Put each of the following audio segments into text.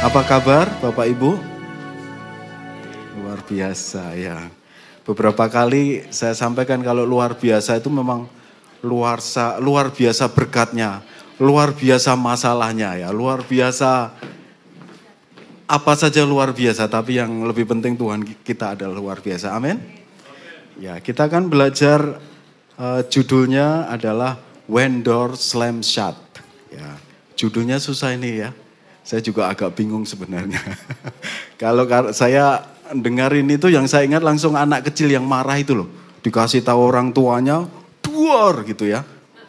Apa kabar Bapak Ibu? Luar biasa ya. Beberapa kali saya sampaikan kalau luar biasa itu memang luar biasa berkatnya, luar biasa masalahnya ya, luar biasa apa saja luar biasa, tapi yang lebih penting Tuhan kita adalah luar biasa. Amin. Ya, kita akan belajar judulnya adalah When Door Slam Shut. Ya, judulnya susah ini ya. Saya juga agak bingung sebenarnya. Kalau saya dengarin itu yang saya ingat langsung anak kecil yang marah itu loh. Dikasih tahu orang tuanya, door gitu ya.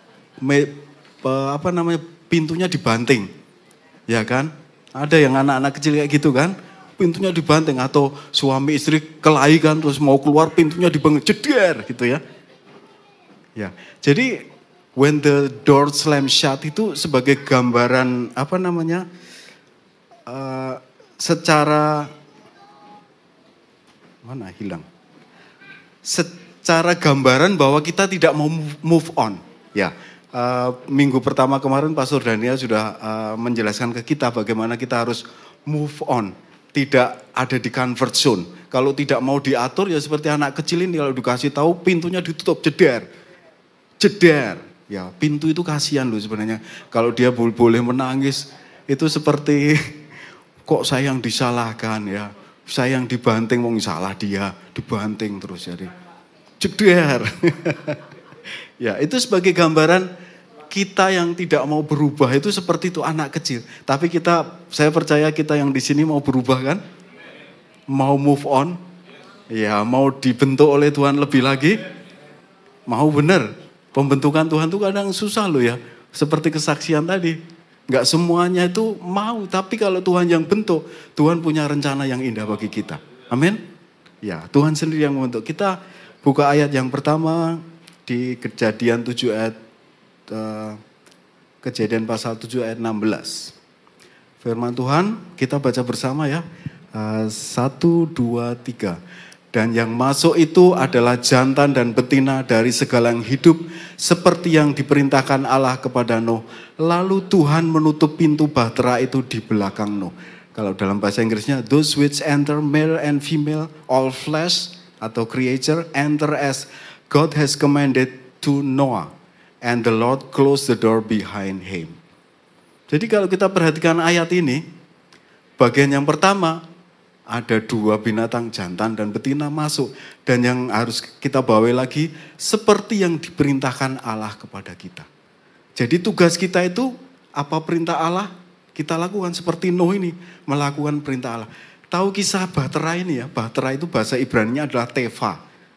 Pintunya dibanting. Ya kan? Ada yang anak-anak kecil kayak gitu kan. Pintunya dibanting atau suami istri kelahi kan terus mau keluar pintunya dibanting jeder gitu ya. Ya. Jadi when the door slam shut itu sebagai gambaran secara secara gambaran bahwa kita tidak mau move on. Ya, minggu pertama kemarin Pastor Daniel sudah menjelaskan ke kita bagaimana kita harus move on, tidak ada di comfort zone. Kalau tidak mau diatur ya seperti anak kecil ini kalau dikasih tahu pintunya ditutup jeder. Ya, pintu itu kasihan loh sebenarnya. Kalau dia boleh menangis itu seperti kok saya yang disalahkan ya. Saya yang dibanting, wong salah dia, dibanting terus jadi jeder. Ya, itu sebagai gambaran kita yang tidak mau berubah itu seperti itu anak kecil. Tapi saya percaya kita yang di sini mau berubah kan? Mau move on? Ya, mau dibentuk oleh Tuhan lebih lagi? Mau benar? Pembentukan Tuhan itu kadang susah loh ya. Seperti kesaksian tadi. Enggak semuanya itu mau, tapi kalau Tuhan yang bentuk, Tuhan punya rencana yang indah bagi kita. Amin. Ya, Tuhan sendiri yang membentuk. Kita buka ayat yang pertama di Kejadian 7 ayat Kejadian pasal 7 ayat 16. Firman Tuhan, kita baca bersama ya. 1, 2, 3. Dan yang masuk itu adalah jantan dan betina dari segala yang hidup seperti yang diperintahkan Allah kepada Nuh. Lalu Tuhan menutup pintu bahtera itu di belakang Nuh. Kalau dalam bahasa Inggrisnya, those which enter male and female, all flesh atau creature enter as God has commanded to Noah. And the Lord closed the door behind him. Jadi kalau kita perhatikan ayat ini, bagian yang pertama, ada 2 binatang jantan dan betina masuk. Dan yang harus kita bawa lagi seperti yang diperintahkan Allah kepada kita. Jadi tugas kita itu apa perintah Allah kita lakukan seperti Nuh ini melakukan perintah Allah. Tahu kisah bahtera ini ya. Bahtera itu bahasa Ibraninya adalah teva.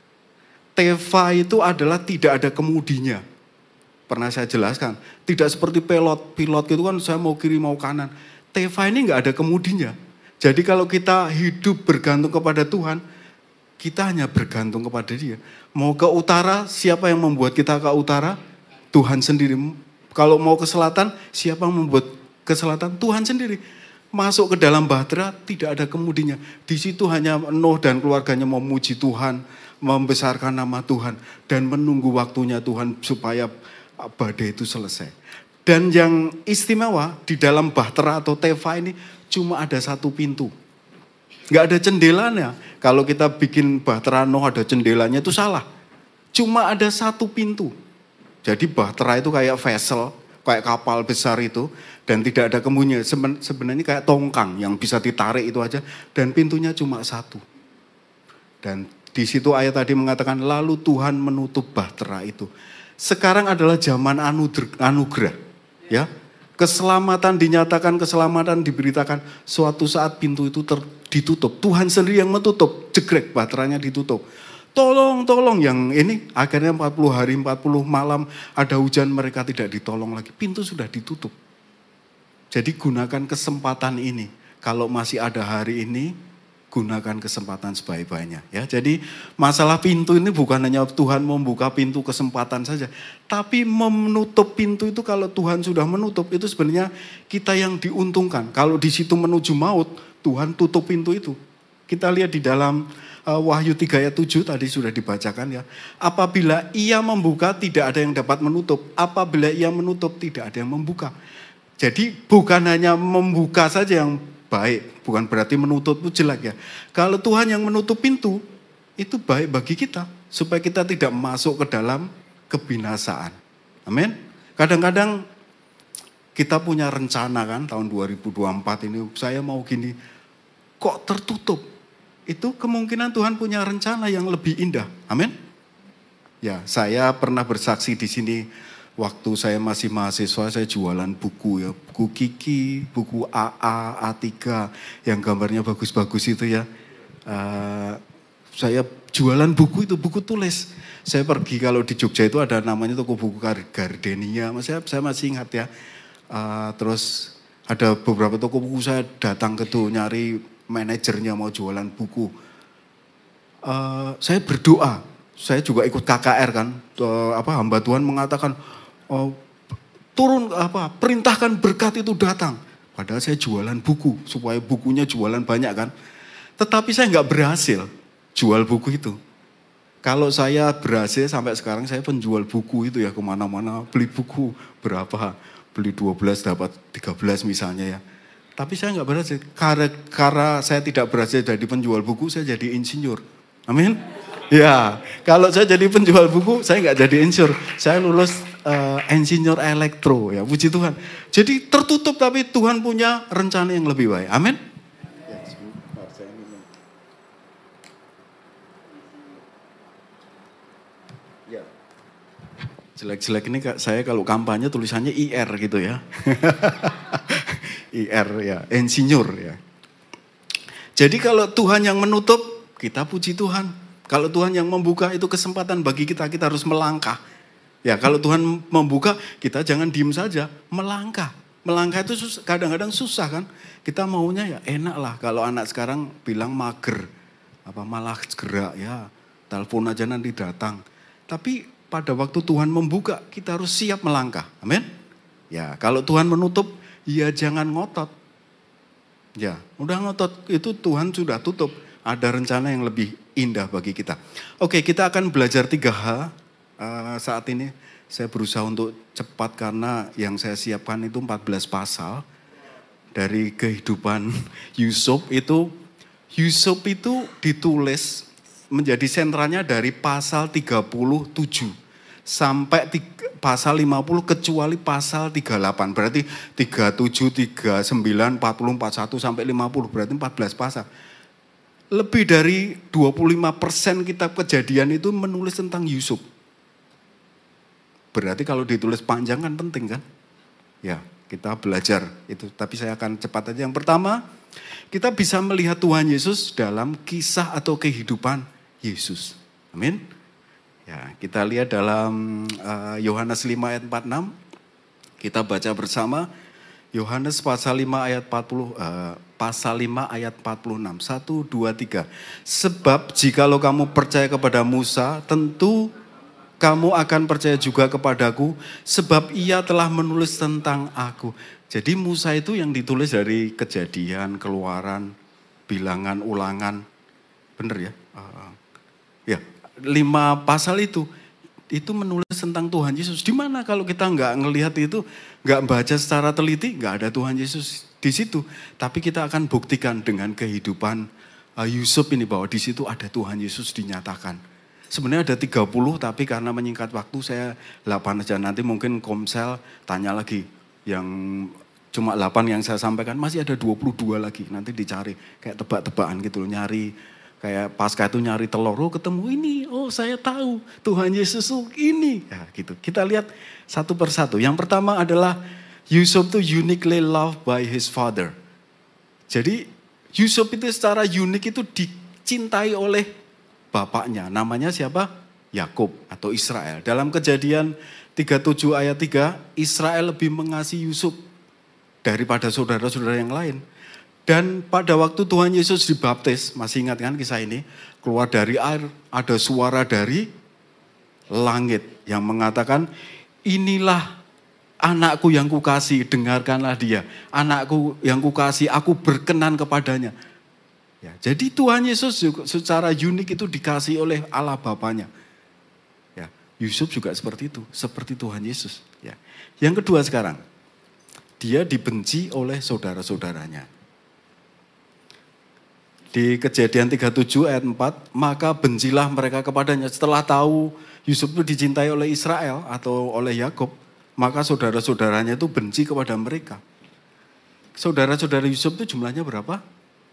Teva itu adalah tidak ada kemudinya. Pernah saya jelaskan. Tidak seperti pilot gitu kan saya mau kiri mau kanan. Teva ini nggak ada kemudinya. Jadi kalau kita hidup bergantung kepada Tuhan, kita hanya bergantung kepada Dia. Mau ke utara, siapa yang membuat kita ke utara? Tuhan sendiri. Kalau mau ke selatan, siapa yang membuat ke selatan? Tuhan sendiri. Masuk ke dalam bahtera, tidak ada kemudinya. Di situ hanya Nuh dan keluarganya memuji Tuhan, membesarkan nama Tuhan, dan menunggu waktunya Tuhan supaya badai itu selesai. Dan yang istimewa di dalam bahtera atau teva ini, cuma ada 1 pintu. Nggak ada jendelanya. Kalau kita bikin bahtera Nuh ada jendelanya itu salah. Cuma ada 1 pintu. Jadi bahtera itu kayak vessel, kayak kapal besar itu. Dan tidak ada kemudian. Sebenarnya kayak tongkang yang bisa ditarik itu aja. Dan pintunya cuma 1. Dan di situ ayat tadi mengatakan lalu Tuhan menutup bahtera itu. Sekarang adalah zaman anugerah. Ya. Keselamatan dinyatakan, keselamatan diberitakan. Suatu saat pintu itu ditutup. Tuhan sendiri yang menutup. Jegrek bahteranya ditutup. Tolong yang ini akhirnya 40 hari 40 malam ada hujan mereka tidak ditolong lagi. Pintu sudah ditutup. Jadi gunakan kesempatan ini. Kalau masih ada hari ini, gunakan kesempatan sebaik-baiknya. Ya, jadi masalah pintu ini bukan hanya Tuhan membuka pintu kesempatan saja. Tapi menutup pintu itu kalau Tuhan sudah menutup itu sebenarnya kita yang diuntungkan. Kalau di situ menuju maut, Tuhan tutup pintu itu. Kita lihat di dalam Wahyu 3 ayat 7 tadi sudah dibacakan ya. Apabila ia membuka tidak ada yang dapat menutup. Apabila ia menutup tidak ada yang membuka. Jadi bukan hanya membuka saja yang baik, bukan berarti menutup itu jelek ya. Kalau Tuhan yang menutup pintu, itu baik bagi kita, supaya kita tidak masuk ke dalam kebinasaan. Amin. Kadang-kadang kita punya rencana kan, tahun 2024 ini saya mau gini, kok tertutup? Itu kemungkinan Tuhan punya rencana yang lebih indah. Amin. Ya, saya pernah bersaksi di sini. Waktu saya masih mahasiswa, saya jualan buku ya. Buku Kiki, buku AA, A3, yang gambarnya bagus-bagus itu ya. Saya jualan buku itu, buku tulis. Saya pergi kalau di Jogja itu ada namanya toko buku Gardenia. Saya masih ingat ya. Terus ada beberapa toko buku, saya datang ke tuh nyari manajernya mau jualan buku. Saya berdoa. Saya juga ikut KKR kan. Hamba Tuhan mengatakan, perintahkan berkat itu datang. Padahal saya jualan buku, supaya bukunya jualan banyak kan. Tetapi saya nggak berhasil jual buku itu. Kalau saya berhasil sampai sekarang saya penjual buku itu ya, kemana-mana beli buku berapa. Beli 12 dapat 13 misalnya ya. Tapi saya nggak berhasil. Karena saya tidak berhasil jadi penjual buku, saya jadi insinyur. Amin. Ya, kalau saya jadi penjual buku, saya nggak jadi insinyur. Saya lulus insinyur elektro ya, puji Tuhan. Jadi tertutup tapi Tuhan punya rencana yang lebih baik. Amin. Jelek-jelek ini saya kalau kampanye tulisannya IR gitu ya. IR ya, insinyur ya. Jadi kalau Tuhan yang menutup, kita puji Tuhan. Kalau Tuhan yang membuka, itu kesempatan bagi kita harus melangkah. Ya, kalau Tuhan membuka, kita jangan diem saja, melangkah. Melangkah itu kadang-kadang susah kan. Kita maunya ya enak lah. Kalau anak sekarang bilang mager, malah gerak ya. Telepon aja nanti datang. Tapi pada waktu Tuhan membuka, kita harus siap melangkah. Amin. Ya, kalau Tuhan menutup, ya jangan ngotot. Ya, udah ngotot, itu Tuhan sudah tutup. Ada rencana yang lebih indah bagi kita. Oke, kita akan belajar 3 hal saat ini. Saya berusaha untuk cepat karena yang saya siapkan itu 14 pasal. Dari kehidupan Yusuf itu ditulis menjadi sentranya dari pasal 37 sampai pasal 50 kecuali pasal 38. Berarti 37, 39, 40, 41 sampai 50. Berarti 14 pasal. Lebih dari 25% kitab Kejadian itu menulis tentang Yusuf. Berarti kalau ditulis panjang kan penting kan? Ya, kita belajar itu. Tapi saya akan cepat aja. Yang pertama, kita bisa melihat Tuhan Yesus dalam kisah atau kehidupan Yesus. Amin. Ya, kita lihat dalam Yohanes 5 ayat 46. Kita baca bersama Yohanes pasal 5 ayat 40 pasal 5 ayat 46. 1 2 3. Sebab jikalau kamu percaya kepada Musa, tentu kamu akan percaya juga kepadaku, sebab ia telah menulis tentang aku. Jadi Musa itu yang ditulis dari Kejadian, Keluaran, Bilangan, Ulangan. Benar ya? Ya, 5 pasal itu menulis tentang Tuhan Yesus. Di mana kalau kita nggak ngelihat itu, nggak baca secara teliti, nggak ada Tuhan Yesus di situ. Tapi kita akan buktikan dengan kehidupan Yusuf ini bahwa di situ ada Tuhan Yesus dinyatakan. Sebenarnya ada 30, tapi karena menyingkat waktu saya 8 aja. Nanti mungkin Komsel tanya lagi. Yang cuma 8 yang saya sampaikan, masih ada 22 lagi. Nanti dicari, kayak tebak-tebakan gitu loh, nyari. Kayak Paskah itu nyari telur, ketemu ini, saya tahu Tuhan Yesus ini. Ya gitu, kita lihat satu persatu. Yang pertama adalah Yusuf itu uniquely loved by his father. Jadi Yusuf itu secara unik itu dicintai oleh bapaknya, namanya siapa? Yakub atau Israel. Dalam Kejadian 37 ayat 3, Israel lebih mengasihi Yusuf daripada saudara-saudara yang lain. Dan pada waktu Tuhan Yesus dibaptis, masih ingat kan kisah ini? Keluar dari air, ada suara dari langit yang mengatakan, inilah anakku yang kukasih, dengarkanlah dia. Anakku yang kukasih, aku berkenan kepadanya. Ya, jadi Tuhan Yesus juga secara unik itu dikasih oleh Allah Bapanya. Ya, Yusuf juga seperti itu, seperti Tuhan Yesus. Ya. Yang kedua sekarang, dia dibenci oleh saudara-saudaranya. Di Kejadian 37 ayat 4, maka bencilah mereka kepadanya. Setelah tahu Yusuf itu dicintai oleh Israel atau oleh Yakub, maka saudara-saudaranya itu benci kepada mereka. Saudara-saudara Yusuf itu jumlahnya berapa?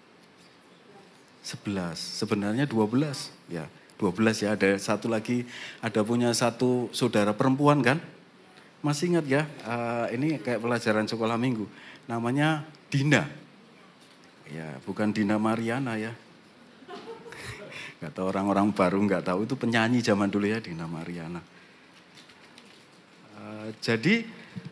11, sebenarnya 12. Ya, 12 ya, ada satu lagi, ada punya satu saudara perempuan kan? Masih ingat ya, ini kayak pelajaran sekolah minggu. Namanya Dina. Ya, bukan Dina Mariana ya. Gak tahu orang-orang baru gak tahu, itu penyanyi zaman dulu ya, Dina Mariana. Jadi,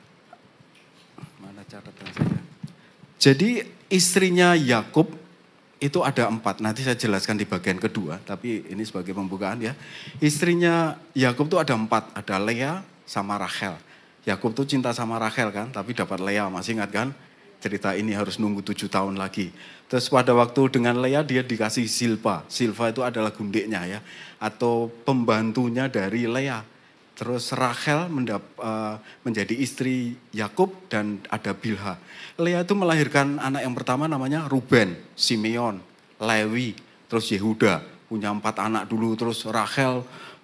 mana catatan saya? Jadi istrinya Yakub itu ada 4. Nanti saya jelaskan di bagian kedua, tapi ini sebagai pembukaan ya. Istrinya Yakub itu ada 4, ada Lea sama Rachel. Yakub tuh cinta sama Rachel kan, tapi dapat Lea, masih ingat kan? Cerita ini harus nunggu 7 tahun lagi. Terus pada waktu dengan Lea dia dikasih Silpa. Silpa itu adalah gundiknya ya, atau pembantunya dari Lea. Terus Rachel menjadi istri Yakub dan ada Bilha. Lea itu melahirkan anak yang pertama namanya Ruben, Simeon, Lewi, terus Yehuda. Punya 4 anak dulu, terus Rachel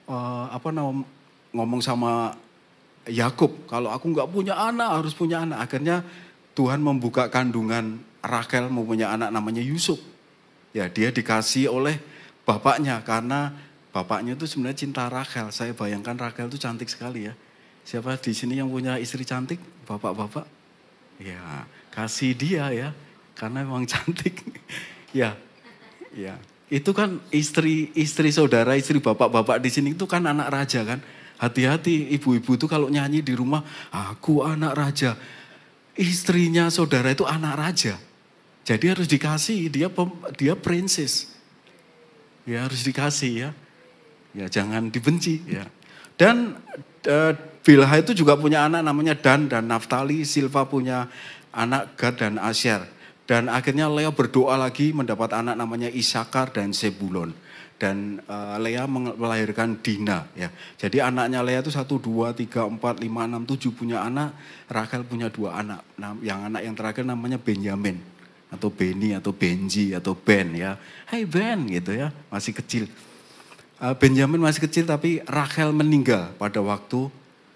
ngomong sama Yakub, kalau aku nggak punya anak, harus punya anak. Akhirnya Tuhan membuka kandungan Rachel mau punya anak namanya Yusuf. Ya, dia dikasih oleh bapaknya karena bapaknya itu sebenarnya cinta Rachel. Saya bayangkan Rachel itu cantik sekali ya. Siapa di sini yang punya istri cantik? Bapak-bapak? Ya, kasih dia ya, karena memang cantik. Ya, ya. Itu kan istri saudara, istri bapak-bapak di sini itu kan anak raja kan. Hati-hati ibu-ibu itu kalau nyanyi di rumah, aku anak raja. Istrinya saudara itu anak raja. Jadi harus dikasih, dia princess. Ya harus dikasih ya. Ya jangan dibenci ya. Dan Bilha itu juga punya anak namanya Dan dan Naftali. Silva punya anak Gad dan Asher. Dan akhirnya Lea berdoa lagi mendapat anak namanya Isakar dan Zebulon. Dan Lea melahirkan Dina ya. Jadi anaknya Lea itu 1, 2, 3, 4, 5, 6, 7 punya anak. Rachel punya 2 anak. Nah, anak yang terakhir namanya Benyamin. Atau Beni atau Benji atau Ben ya. Hai Ben gitu ya, masih kecil. Benyamin masih kecil tapi Rachel meninggal pada waktu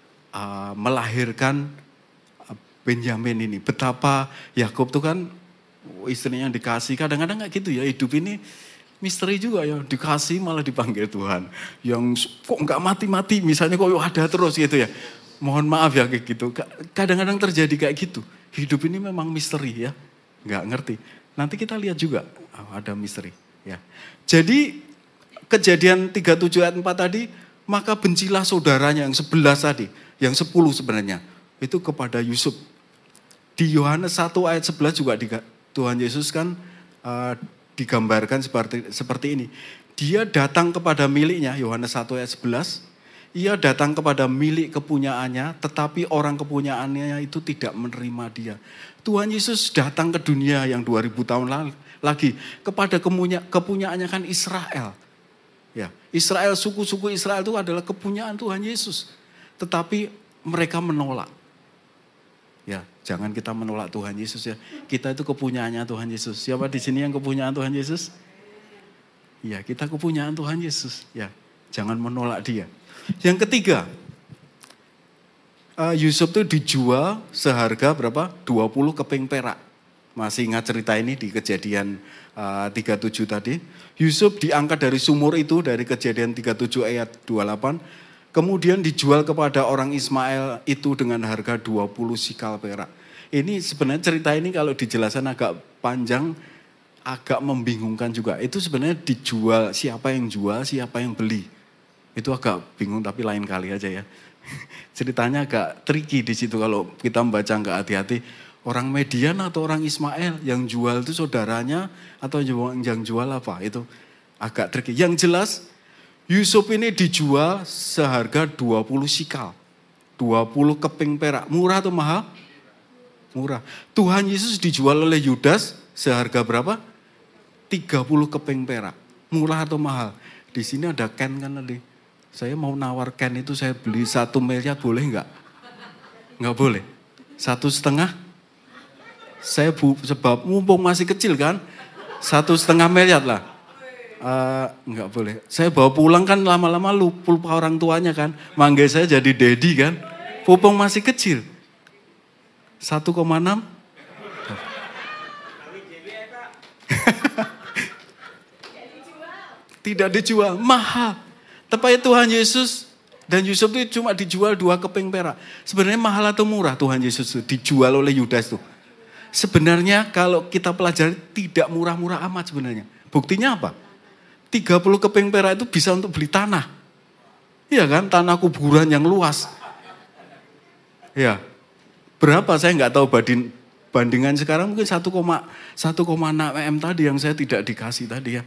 melahirkan Benyamin ini. Betapa Yakub tuh kan istrinya dikasih, kadang-kadang kayak gitu ya, hidup ini misteri juga ya, dikasih malah dipanggil Tuhan. Yang kok nggak mati-mati, misalnya kok ada terus gitu ya. Mohon maaf ya kayak gitu. Kadang-kadang terjadi kayak gitu. Hidup ini memang misteri ya, nggak ngerti. Nanti kita lihat juga ada misteri ya. Jadi Kejadian 37 ayat 4 tadi, maka bencilah saudaranya yang 11 tadi, yang 10 sebenarnya, itu kepada Yusuf. Di Yohanes 1 ayat 11 juga Tuhan Yesus kan digambarkan seperti ini. Dia datang kepada miliknya, Yohanes 1 ayat 11, ia datang kepada milik kepunyaannya, tetapi orang kepunyaannya itu tidak menerima dia. Tuhan Yesus datang ke dunia yang 2000 tahun lagi, kepada kepunyaannya kan Israel. Ya, Israel, suku-suku Israel itu adalah kepunyaan Tuhan Yesus. Tetapi mereka menolak. Ya, jangan kita menolak Tuhan Yesus ya. Kita itu kepunyaannya Tuhan Yesus. Siapa di sini yang kepunyaan Tuhan Yesus? Ya, kita kepunyaan Tuhan Yesus. Ya, jangan menolak dia. Yang ketiga, Yusuf itu dijual seharga berapa? 20 keping perak. Masih ingat cerita ini di Kejadian 37 tadi. Yusuf diangkat dari sumur itu, dari Kejadian 37 ayat 28. Kemudian dijual kepada orang Ismail itu dengan harga 20 sikal perak. Ini sebenarnya cerita ini kalau dijelaskan agak panjang, agak membingungkan juga. Itu sebenarnya dijual, siapa yang jual, siapa yang beli. Itu agak bingung tapi lain kali aja ya. Ceritanya agak tricky di situ kalau kita membaca nggak hati-hati. Orang Median atau orang Ismail yang jual itu saudaranya atau yang jual apa? Itu agak tricky. Yang jelas Yusuf ini dijual seharga 20 sikal. 20 keping perak. Murah atau mahal? Murah. Tuhan Yesus dijual oleh Yudas seharga berapa? 30 keping perak. Murah atau mahal? Di sini ada Ken kan tadi. Saya mau nawar Ken itu saya beli 1 miliar boleh enggak? Enggak boleh. 1,5? Saya sebab mumpung masih kecil kan, 1,5 miliar lah. Enggak boleh. Saya bawa pulang kan lama-lama lupa orang tuanya kan. Manggil saya jadi daddy kan. Pupung masih kecil. 1,6. Tidak dijual, mahal. Tepatnya Tuhan Yesus dan Yusuf itu cuma dijual 2 keping perak. Sebenarnya mahal atau murah Tuhan Yesus itu dijual oleh Yudas tuh. Sebenarnya kalau kita pelajari tidak murah-murah amat sebenarnya. Buktinya apa? 30 keping perak itu bisa untuk beli tanah. Iya kan, tanah kuburan yang luas. Ya, berapa saya nggak tahu bandingan sekarang mungkin 1,6 M tadi yang saya tidak dikasih tadi ya.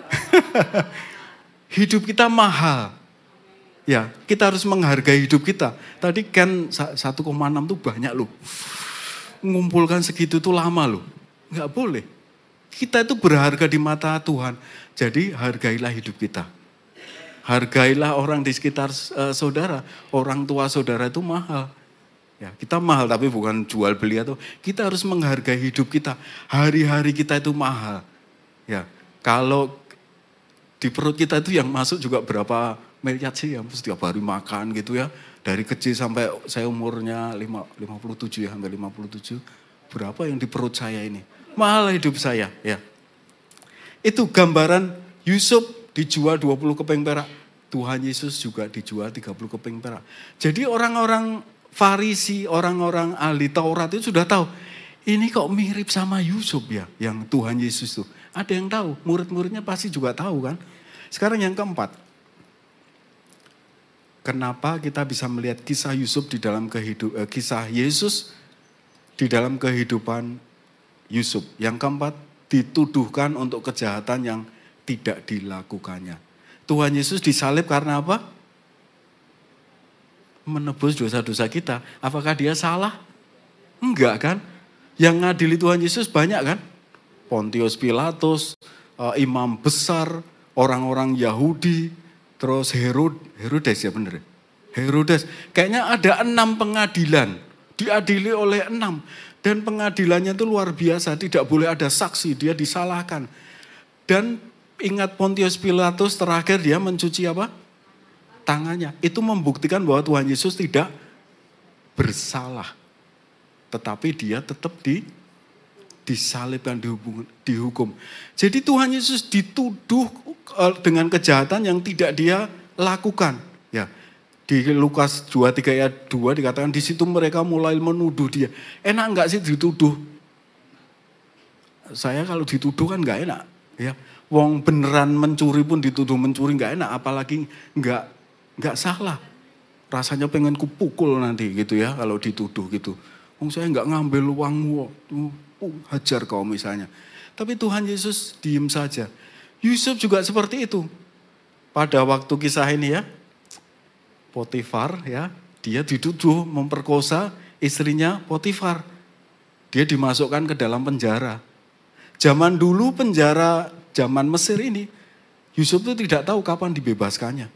Hidup kita mahal. Ya, kita harus menghargai hidup kita. Tadi kan 1,6 tuh banyak loh. Mengumpulkan segitu tuh lama loh. Nggak boleh. Kita itu berharga di mata Tuhan. Jadi hargailah hidup kita. Hargailah orang di sekitar saudara. Orang tua saudara itu mahal. Ya, kita mahal tapi bukan jual beli atau kita harus menghargai hidup kita. Hari-hari kita itu mahal. Ya, kalau di perut kita itu yang masuk juga berapa miliar sih ya, setiap hari makan gitu ya. Dari kecil sampai saya umurnya 57 ya, sampai 57. Berapa yang di perut saya ini? Mahal hidup saya ya. Itu gambaran Yusuf dijual 20 keping perak. Tuhan Yesus juga dijual 30 keping perak. Jadi orang-orang Farisi, orang-orang ahli Taurat itu sudah tahu. Ini kok mirip sama Yusuf ya, yang Tuhan Yesus tuh. Ada yang tahu, murid-muridnya pasti juga tahu kan. Sekarang yang keempat. Kenapa kita bisa melihat kisah Yusuf di dalam kisah Yesus di dalam kehidupan Yusuf. Yang keempat, dituduhkan untuk kejahatan yang tidak dilakukannya. Tuhan Yesus disalib karena apa? Menebus dosa-dosa kita. Apakah dia salah? Enggak kan? Yang ngadili Tuhan Yesus banyak kan? Pontius Pilatus, imam besar, orang-orang Yahudi, terus Herodes ya bener. Herodes. Kayaknya ada 6 pengadilan. Diadili oleh 6. Dan pengadilannya itu luar biasa. Tidak boleh ada saksi, dia disalahkan. Dan ingat Pontius Pilatus terakhir dia mencuci apa? Tangannya. Itu membuktikan bahwa Tuhan Yesus tidak bersalah. Tetapi dia tetap disalibkan, dihukum. Jadi Tuhan Yesus dituduh dengan kejahatan yang tidak dia lakukan. Ya, di Lukas 23 ayat 2 dikatakan di situ mereka mulai menuduh dia. Enak enggak sih dituduh? Saya kalau dituduh kan enggak enak. Ya, wong beneran mencuri pun dituduh mencuri enggak enak, apalagi enggak salah. Rasanya pengen kupukul nanti gitu ya kalau dituduh gitu. Wong saya enggak ngambil uangmu, hajar kau misalnya. Tapi Tuhan Yesus diem saja. Yusuf juga seperti itu. Pada waktu kisah ini ya, Potifar ya, dia dituduh memperkosa istrinya Potifar. Dia dimasukkan ke dalam penjara. Zaman dulu penjara zaman Mesir ini, Yusuf itu tidak tahu kapan dibebaskannya.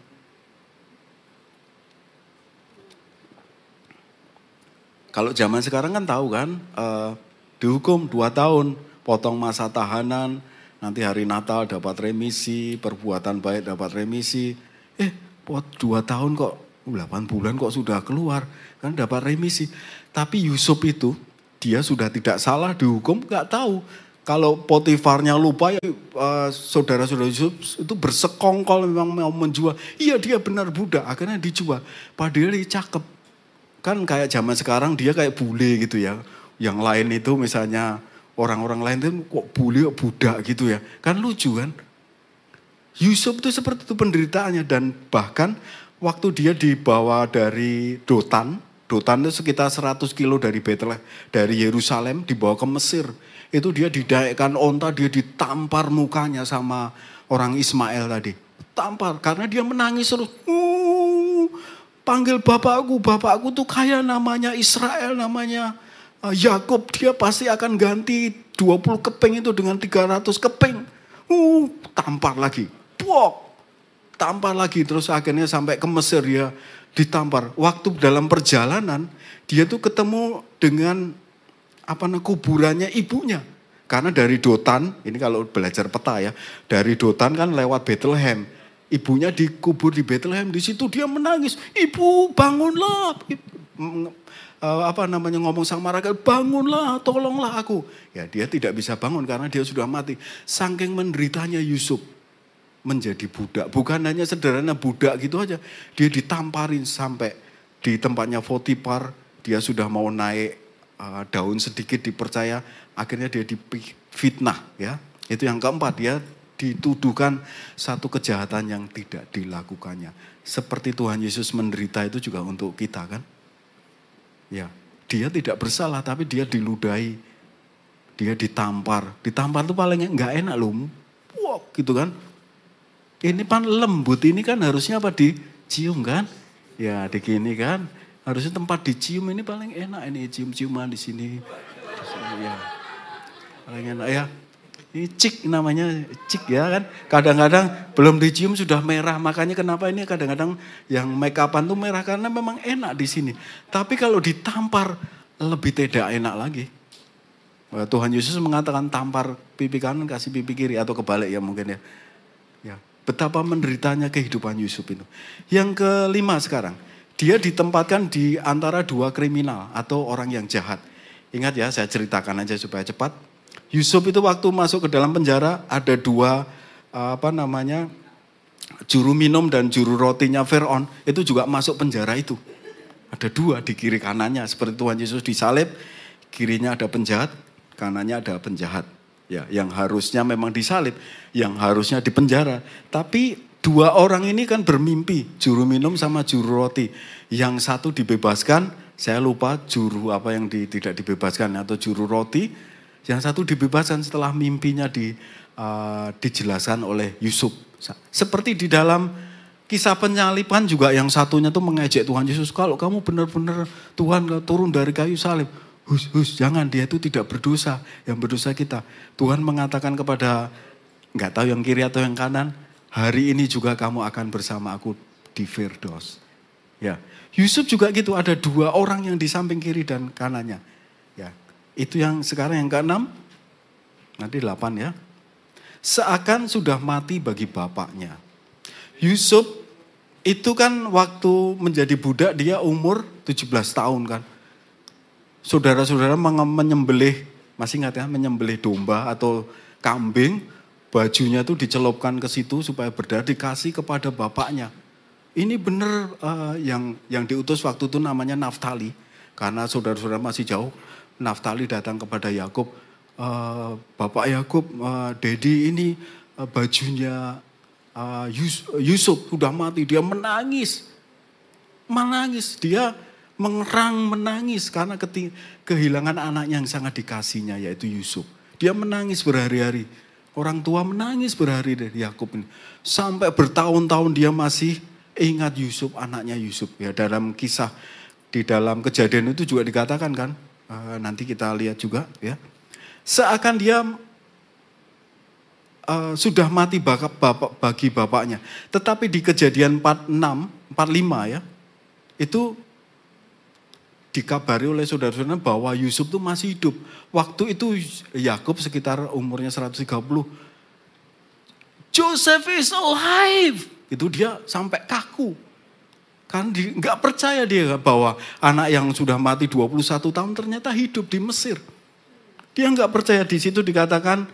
Kalau zaman sekarang kan tahu kan, dihukum 2 tahun, potong masa tahanan, nanti hari Natal dapat remisi, perbuatan baik dapat remisi. 2 tahun kok, 8 bulan kok sudah keluar, kan dapat remisi. Tapi Yusuf itu, dia sudah tidak salah dihukum, gak tahu. Kalau Potifarnya lupa, ya, saudara-saudara Yusuf itu bersekongkol memang mau menjual. Iya dia benar budak, akhirnya dijual. Padahal dia cakep. Kan kayak zaman sekarang dia kayak bule gitu ya. Yang lain itu misalnya orang-orang lain itu kok bule budak gitu ya. Kan lucu kan. Yusuf itu seperti itu penderitaannya. Dan bahkan waktu dia dibawa dari Dotan itu sekitar 100 kilo dari Bethlehem, dari Yerusalem dibawa ke Mesir. Itu dia didaikkan onta, dia ditampar mukanya sama orang Ismail tadi. Tampar karena dia menangis terus. Panggil bapakku tuh kaya namanya Israel, namanya Yakub, dia pasti akan ganti 20 keping itu dengan 300 keping. Tampar lagi. Tampar lagi terus akhirnya sampai ke Mesir dia ditampar. Waktu dalam perjalanan dia tuh ketemu dengan kuburannya ibunya. Karena dari Dotan, ini kalau belajar peta ya, dari Dotan kan lewat Bethlehem. Ibunya dikubur di Bethlehem, di situ dia menangis. Ibu bangunlah. Ngomong sama Rachel, bangunlah, tolonglah aku. Ya dia tidak bisa bangun karena dia sudah mati. Saking menderitanya Yusuf menjadi budak. Bukan hanya sederhana budak gitu aja. Dia ditamparin sampai di tempatnya Potifar. Dia sudah mau naik daun sedikit dipercaya. Akhirnya dia difitnah ya. Itu yang keempat, dia dituduhkan satu kejahatan yang tidak dilakukannya. Seperti Tuhan Yesus menderita itu juga untuk kita kan. Ya, dia tidak bersalah tapi dia diludahi. Dia ditampar. Ditampar itu paling enggak enak loh. Wah, gitu kan. Ini pan lembut, ini kan harusnya apa dicium kan? Ya, digini kan. Harusnya tempat dicium ini paling enak ini cium-ciuman di sini. Ya. Paling enak ya. Ini cik namanya, cik ya kan. Kadang-kadang belum dicium sudah merah. Makanya kenapa ini kadang-kadang yang make upan tuh merah. Karena memang enak di sini. Tapi kalau ditampar lebih tidak enak lagi. Tuhan Yesus mengatakan tampar pipi kanan kasih pipi kiri. Atau kebalik ya mungkin ya. Ya, betapa menderitanya kehidupan Yusuf itu. Yang kelima sekarang. Dia ditempatkan di antara dua kriminal atau orang yang jahat. Ingat ya, saya ceritakan aja supaya cepat. Yusuf itu waktu masuk ke dalam penjara ada dua juru minum dan juru rotinya Firaun itu juga masuk penjara itu. Ada dua di kiri kanannya seperti Tuhan Yesus disalib, kirinya ada penjahat, kanannya ada penjahat. Ya, yang harusnya memang disalib, yang harusnya dipenjara. Tapi dua orang ini kan bermimpi, juru minum sama juru roti. Yang satu dibebaskan, saya lupa juru apa yang tidak dibebaskan atau juru roti. Yang satu dibebaskan setelah mimpinya dijelaskan oleh Yusuf. Seperti di dalam kisah penyaliban juga yang satunya tuh mengejek Tuhan Yesus. Kalau kamu benar-benar Tuhan turun dari kayu salib. Jangan, dia itu tidak berdosa. Yang berdosa kita. Tuhan mengatakan kepada, nggak tahu yang kiri atau yang kanan. Hari ini juga kamu akan bersama aku di Firdaus. Ya, Yusuf juga gitu. Ada dua orang yang di samping kiri dan kanannya. Ya. Itu yang sekarang yang ke-6, nanti 8 ya. Seakan sudah mati bagi bapaknya. Yusuf itu kan waktu menjadi budak dia umur 17 tahun kan. Saudara-saudara menyembelih, masih ingat ya, menyembelih domba atau kambing. Bajunya tuh dicelupkan ke situ supaya berdarah dikasih kepada bapaknya. Ini benar yang diutus waktu itu namanya Naftali. Karena saudara-saudara masih jauh. Naftali datang kepada Yakub, Bapak Yakub, Dedi ini bajunya Yusuf sudah mati. Dia menangis, dia menangis karena kehilangan anaknya yang sangat dikasihnya yaitu Yusuf. Dia menangis berhari-hari, orang tua menangis berhari-hari Yakub ini. Sampai bertahun-tahun dia masih ingat Yusuf, anaknya Yusuf. Ya dalam kisah di dalam Kejadian itu juga dikatakan kan. Nanti kita lihat juga ya. Seakan dia sudah mati bagi bapaknya. Tetapi di Kejadian 46, 45 ya. Itu dikabari oleh saudara-saudara bahwa Yusuf itu masih hidup. Waktu itu Yakub sekitar umurnya 130. Joseph is alive. Itu dia sampai kaku. Kan nggak percaya dia bahwa anak yang sudah mati 21 tahun ternyata hidup di Mesir. Dia nggak percaya, di situ dikatakan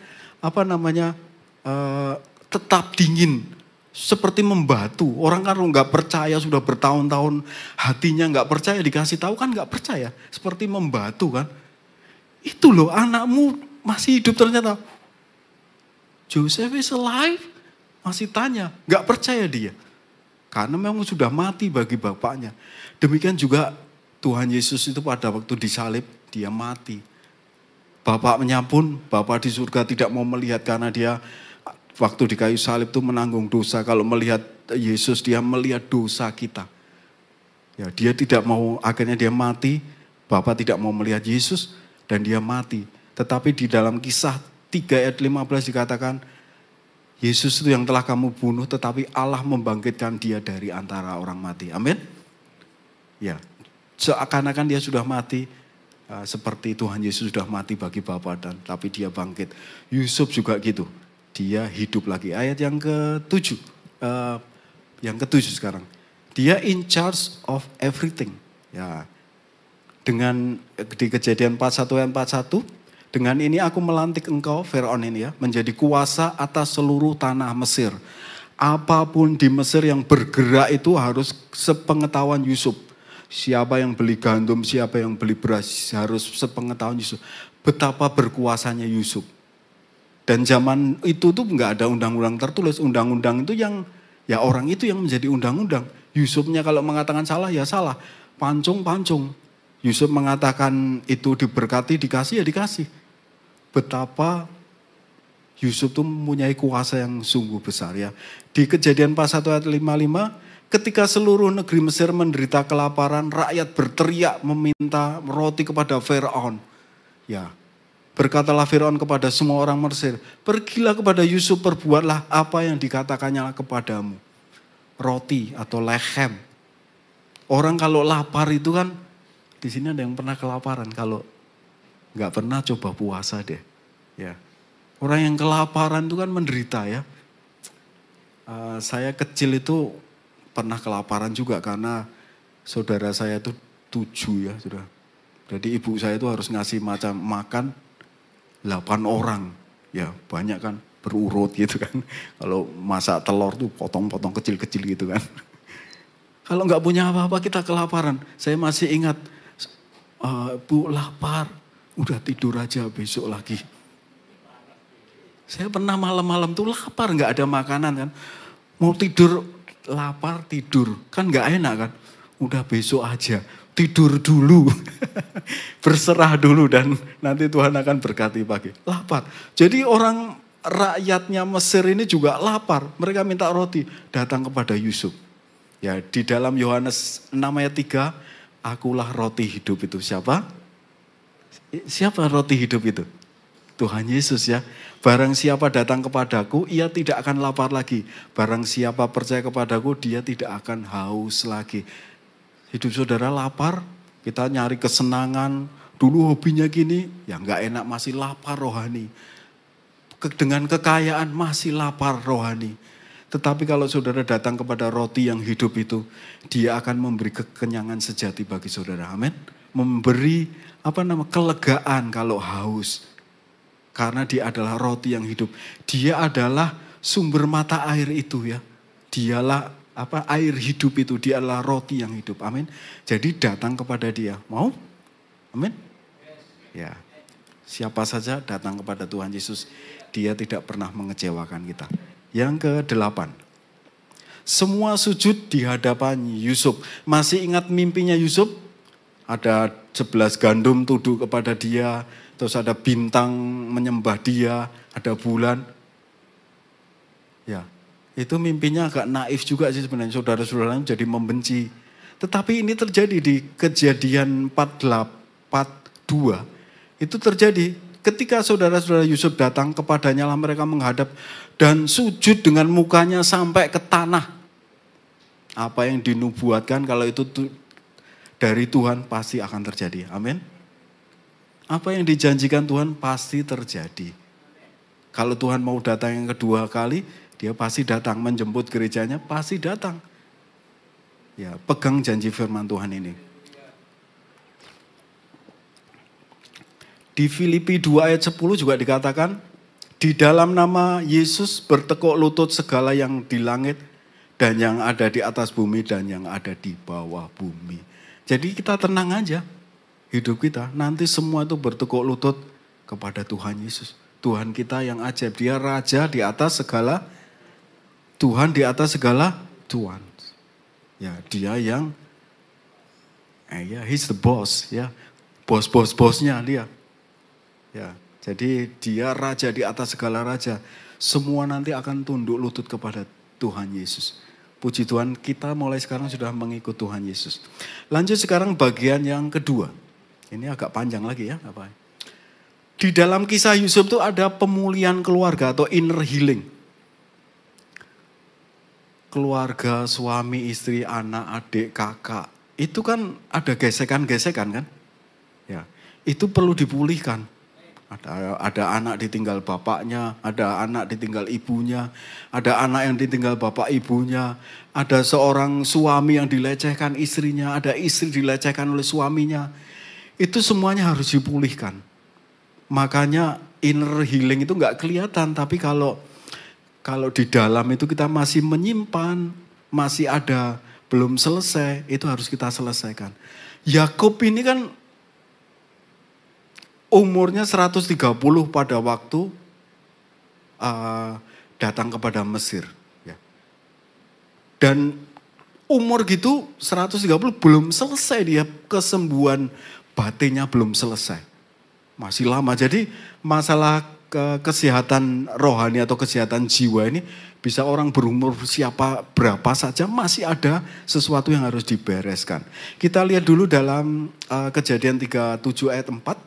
tetap dingin seperti membatu. Orang kan nggak percaya sudah bertahun-tahun hatinya nggak percaya, dikasih tahu kan nggak percaya, seperti membatu kan. Itu loh anakmu masih hidup ternyata. Joseph is alive, masih tanya, nggak percaya dia. Karena memang sudah mati bagi bapaknya. Demikian juga Tuhan Yesus itu pada waktu disalib, dia mati. Bapaknya pun, Bapa di surga tidak mau melihat karena dia waktu di kayu salib itu menanggung dosa. Kalau melihat Yesus, dia melihat dosa kita. Ya, dia tidak mau, akhirnya dia mati. Bapa tidak mau melihat Yesus dan dia mati. Tetapi di dalam kisah 3 ayat 15 dikatakan, Yesus itu yang telah kamu bunuh, tetapi Allah membangkitkan dia dari antara orang mati. Amin. Ya, seakan-akan dia sudah mati, seperti Tuhan Yesus sudah mati bagi Bapa tapi dia bangkit. Yusuf juga gitu. Dia hidup lagi. Ayat yang ke-7. Yang ke-7 sekarang. Dia in charge of everything. Ya. Dengan di Kejadian 41 ayat 41, dengan ini aku melantik engkau Firaun ini ya, menjadi kuasa atas seluruh tanah Mesir. Apapun di Mesir yang bergerak itu harus sepengetahuan Yusuf. Siapa yang beli gandum, siapa yang beli beras, harus sepengetahuan Yusuf. Betapa berkuasanya Yusuf. Dan zaman itu tuh nggak ada undang-undang tertulis. Undang-undang itu yang, ya orang itu yang menjadi undang-undang. Yusufnya kalau mengatakan salah, ya salah. Pancung. Yusuf mengatakan itu diberkati, dikasih, ya dikasih. Betapa Yusuf tuh mempunyai kuasa yang sungguh besar ya. Di Kejadian 41 ayat 55, ketika seluruh negeri Mesir menderita kelaparan, rakyat berteriak meminta roti kepada Firaun. Ya, berkatalah Firaun kepada semua orang Mesir, pergilah kepada Yusuf, perbuatlah apa yang dikatakannya kepadamu. Roti atau lechem. Orang kalau lapar itu kan, di sini ada yang pernah kelaparan, kalau nggak pernah coba puasa deh. Ya, orang yang kelaparan itu kan menderita ya. Saya kecil itu pernah kelaparan juga karena saudara saya itu 7 ya sudah. Jadi ibu saya itu harus ngasih macam makan 8 orang. Ya banyak kan berurut gitu kan. Kalau masak telur tuh potong-potong kecil-kecil gitu kan. Kalau nggak punya apa-apa kita kelaparan. Saya masih ingat, Bu lapar, udah tidur aja besok lagi. Saya pernah malam-malam tuh lapar nggak ada makanan kan. Mau tidur lapar tidur, kan gak enak kan. Udah besok aja, tidur dulu. Berserah dulu dan nanti Tuhan akan berkati pagi. Lapar. Jadi orang rakyatnya Mesir ini juga lapar. Mereka minta roti, datang kepada Yusuf. Ya, di dalam Yohanes 6 ayat 3, akulah roti hidup itu. Siapa? Siapa roti hidup itu? Tuhan Yesus ya. Barang siapa datang kepadaku, ia tidak akan lapar lagi. Barang siapa percaya kepadaku, dia tidak akan haus lagi. Hidup saudara lapar, kita nyari kesenangan. Dulu hobinya gini, ya nggak enak masih lapar rohani. Dengan kekayaan masih lapar rohani. Tetapi kalau saudara datang kepada roti yang hidup itu, dia akan memberi kekenyangan sejati bagi saudara. Amin. Memberi kelegaan kalau haus. Karena dia adalah roti yang hidup. Dia adalah sumber mata air itu ya. Dialah air hidup itu. Dia adalah roti yang hidup. Amin. Jadi datang kepada dia. Mau? Amin. Ya. Siapa saja datang kepada Tuhan Yesus. Dia tidak pernah mengecewakan kita. Yang ke-8. Semua sujud di hadapan Yusuf. Masih ingat mimpinya Yusuf? Ada 11 gandum tuduh kepada dia. Terus ada bintang menyembah dia, ada bulan. Ya, itu mimpinya agak naif juga sih sebenarnya. Saudara-saudara jadi membenci. Tetapi ini terjadi di Kejadian 42. Itu terjadi ketika saudara-saudara Yusuf datang kepadanya lah mereka menghadap dan sujud dengan mukanya sampai ke tanah. Apa yang dinubuatkan kalau itu dari Tuhan pasti akan terjadi. Amin. Apa yang dijanjikan Tuhan pasti terjadi. Kalau Tuhan mau datang yang kedua kali, dia pasti datang. Menjemput gerejanya, pasti datang. Ya, pegang janji firman Tuhan ini. Di Filipi 2 ayat 10 juga dikatakan, di dalam nama Yesus bertekuk lutut segala yang di langit dan yang ada di atas bumi dan yang ada di bawah bumi. Jadi kita tenang aja. Hidup kita nanti semua itu bertekuk lutut kepada Tuhan Yesus. Tuhan kita yang ajaib. Dia raja di atas segala Tuhan, di atas segala Tuhan. Ya, dia yang he's the boss ya. Bosnya dia. Ya, jadi dia raja di atas segala raja. Semua nanti akan tunduk lutut kepada Tuhan Yesus. Puji Tuhan, kita mulai sekarang sudah mengikut Tuhan Yesus. Lanjut sekarang bagian yang kedua. Ini agak panjang lagi ya. Di dalam kisah Yusuf itu ada pemulihan keluarga atau inner healing. Keluarga, suami, istri, anak, adik, kakak. Itu kan ada gesekan-gesekan kan. Ya. itu perlu dipulihkan. Ada anak ditinggal bapaknya, ada anak ditinggal ibunya, ada anak yang ditinggal bapak ibunya, ada seorang suami yang dilecehkan istrinya, ada istri dilecehkan oleh suaminya. Itu semuanya harus dipulihkan. Makanya inner healing itu nggak kelihatan, tapi kalau di dalam itu kita masih menyimpan, masih ada, belum selesai, itu harus kita selesaikan. Yakub ini kan umurnya 130 pada waktu datang kepada Mesir. Ya. Dan umur gitu 130 belum selesai dia, kesembuhan batinnya belum selesai. Masih lama. Jadi masalah kesehatan rohani atau kesehatan jiwa ini bisa orang berumur berapa saja masih ada sesuatu yang harus dibereskan. Kita lihat dulu dalam Kejadian 37 ayat 4.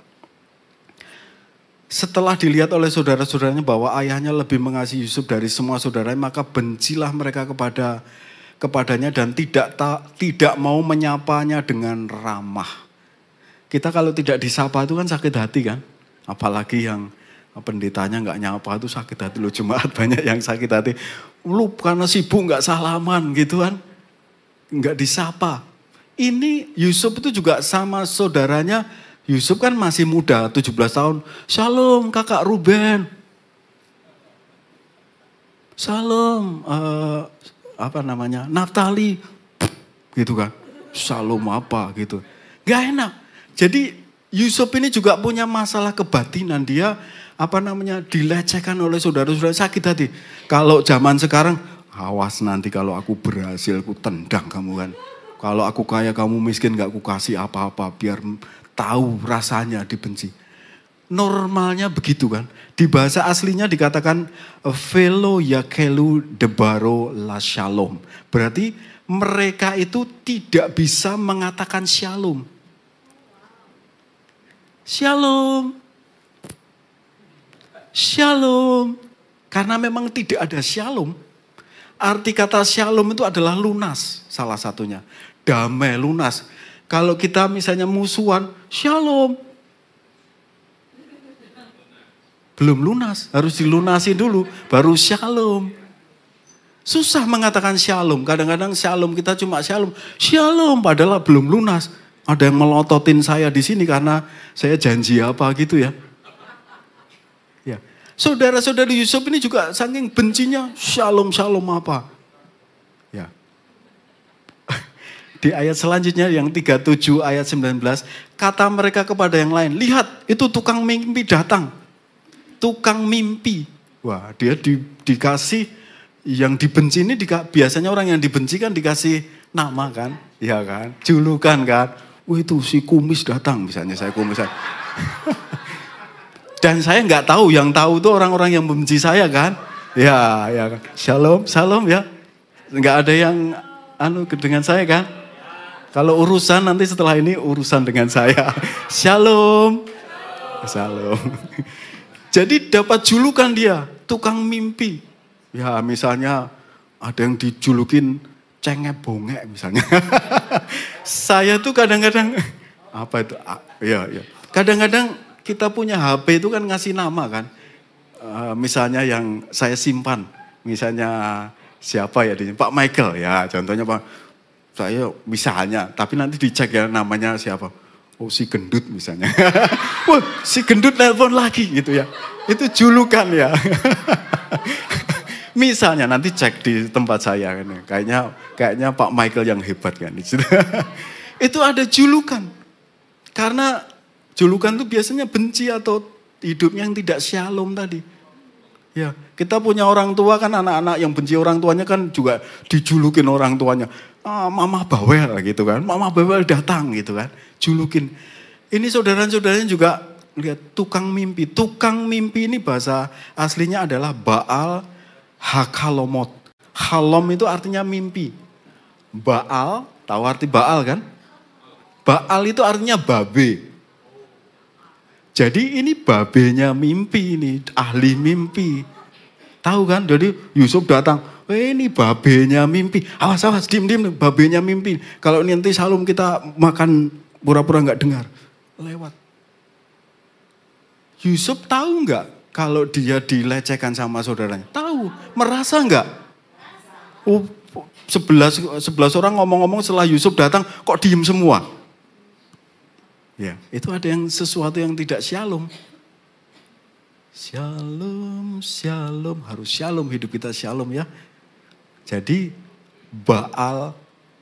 Setelah dilihat oleh saudara-saudaranya bahwa ayahnya lebih mengasihi Yusuf dari semua saudaranya, maka bencilah mereka kepadanya dan tidak mau menyapanya dengan ramah. Kita kalau tidak disapa itu kan sakit hati kan, apalagi yang pendetanya nggak nyapa itu sakit hati. Loh, jemaat banyak yang sakit hati. Lu karena sibuk nggak salaman gitu kan, nggak disapa. Ini Yusuf itu juga sama saudaranya. Yusuf kan masih muda, 17 tahun. Shalom kakak Ruben. Shalom Naftali. Gitu kan. Shalom apa gitu. Gak enak. Jadi Yusuf ini juga punya masalah kebatinan. Dia dilecehkan oleh saudara-saudara, sakit hati. Kalau zaman sekarang, awas nanti kalau aku berhasil, aku tendang kamu kan. Kalau aku kaya, kamu miskin, gak aku kasih apa-apa biar tahu rasanya dibenci. Normalnya begitu kan. Di bahasa aslinya dikatakan velo yakelu debaro la shalom. Berarti mereka itu tidak bisa mengatakan shalom. Shalom. Shalom. Karena memang tidak ada shalom. Arti kata shalom itu adalah lunas salah satunya. Damai, lunas. Kalau kita misalnya musuhan, shalom. Belum lunas, harus dilunasi dulu, baru shalom. Susah mengatakan shalom, kadang-kadang shalom kita cuma shalom. Shalom padahal belum lunas. Ada yang melototin saya di sini karena saya janji apa gitu ya. Ya. Saudara-saudara Yusuf ini juga saking bencinya, shalom apa. Ya. Di ayat selanjutnya yang 37 ayat 19. Kata mereka kepada yang lain. Lihat itu tukang mimpi datang. Tukang mimpi. Wah dia dikasih yang dibenci ini. Biasanya orang yang dibenci kan dikasih nama kan. Iya kan. Julukan kan. Wah itu si kumis datang. Misalnya saya kumis. Dan saya nggak tahu. Yang tahu itu orang-orang yang membenci saya kan. Ya kan. Shalom ya. Nggak ada yang dengan saya kan. Kalau urusan nanti setelah ini urusan dengan saya. Shalom. Jadi dapat julukan dia, tukang mimpi. Ya misalnya ada yang dijulukin cengep bongek misalnya. Saya tuh kadang-kadang, apa itu? Ya. Kadang-kadang kita punya HP itu kan ngasih nama kan. Misalnya yang saya simpan, misalnya siapa ya, Pak Michael ya contohnya Pak. Saya misalnya, tapi nanti dicek ya namanya siapa. Oh si gendut misalnya. Wah si gendut nelpon lagi gitu ya. Itu julukan ya. Misalnya nanti cek di tempat saya kan. Kayaknya Pak Michael yang hebat kan. Itu ada julukan. Karena julukan itu biasanya benci atau hidupnya yang tidak shalom tadi. Ya, kita punya orang tua kan, anak-anak yang benci orang tuanya kan juga dijulukin orang tuanya. Mama bawel gitu kan, mama bawel datang gitu kan, julukin. Ini saudara-saudaranya juga lihat tukang mimpi. Tukang mimpi ini bahasa aslinya adalah Baal Hakalomot. Halom itu artinya mimpi. Baal, tahu arti Baal kan? Baal itu artinya babe. Jadi ini babenya mimpi ini, ahli mimpi. Tahu kan? Jadi Yusuf datang, ini babenya mimpi. Awas, diam, babenya mimpi. Kalau nanti Shalom kita makan pura-pura nggak dengar. Lewat. Yusuf tahu nggak kalau dia dilecehkan sama saudaranya? Tahu. Merasa nggak? Oh, 11 orang ngomong-ngomong setelah Yusuf datang, kok diem semua? Ya, itu ada yang sesuatu yang tidak shalom. Shalom, shalom. Harus shalom, hidup kita shalom ya. Jadi Baal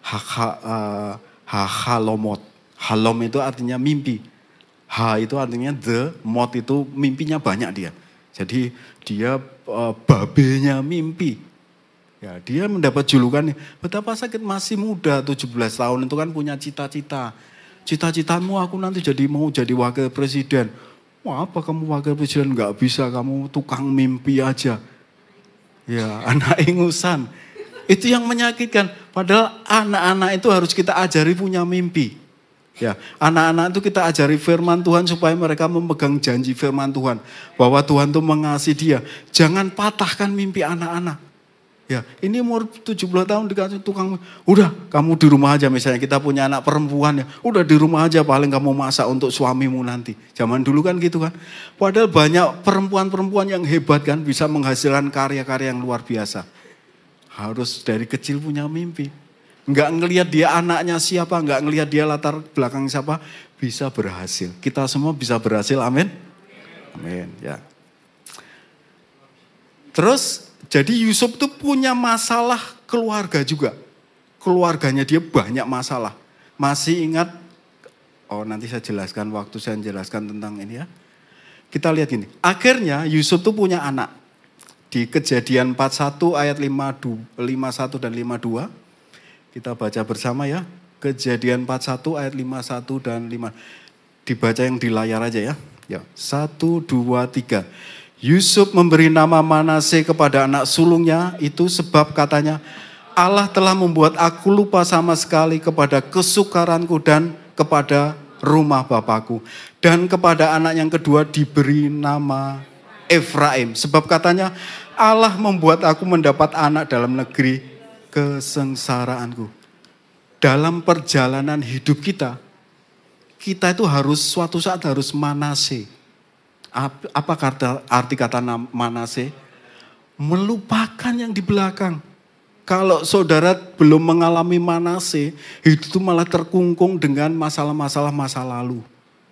Halomot. Halom itu artinya mimpi. Ha itu artinya the, mot itu mimpinya banyak dia. Jadi dia babenya mimpi. Ya, dia mendapat julukan, betapa sakit masih muda, 17 tahun itu kan punya cita-cita. Cita-citamu aku nanti mau jadi wakil presiden. Wah, apa kamu wakil presiden? Gak bisa, kamu tukang mimpi aja. Ya, anak ingusan. Itu yang menyakitkan. Padahal anak-anak itu harus kita ajari punya mimpi. Ya, anak-anak itu kita ajari firman Tuhan supaya mereka memegang janji firman Tuhan. Bahwa Tuhan itu mengasihi dia. Jangan patahkan mimpi anak-anak. Ya, ini umur 17 tahun dikasih tukang, udah kamu di rumah aja, misalnya kita punya anak perempuan ya, udah di rumah aja paling kamu masak untuk suamimu nanti. Zaman dulu kan gitu kan. Padahal banyak perempuan-perempuan yang hebat kan, bisa menghasilkan karya-karya yang luar biasa. Harus dari kecil punya mimpi. Enggak ngelihat dia anaknya siapa, enggak ngelihat dia latar belakang siapa, bisa berhasil. Kita semua bisa berhasil, amin. Amin, ya. Terus, jadi Yusuf tuh punya masalah keluarga juga. Keluarganya dia banyak masalah. Masih ingat, nanti saya jelaskan waktu saya jelaskan tentang ini ya. Kita lihat ini, akhirnya Yusuf tuh punya anak. Di Kejadian 41 ayat 51 dan 52. Kita baca bersama ya. Kejadian 41 ayat 51 dan 5. Dibaca yang di layar aja ya. Ya, 1, 2, 3. Yusuf memberi nama Manase kepada anak sulungnya itu sebab katanya, Allah telah membuat aku lupa sama sekali kepada kesukaranku dan kepada rumah bapakku. Dan kepada anak yang kedua diberi nama Efraim. Sebab katanya, Allah membuat aku mendapat anak dalam negeri kesengsaraanku. Dalam perjalanan hidup kita itu harus suatu saat harus Manase. Apa arti kata Manase? Melupakan yang di belakang. Kalau saudara belum mengalami Manase, hidup itu malah terkungkung dengan masalah-masalah masa lalu.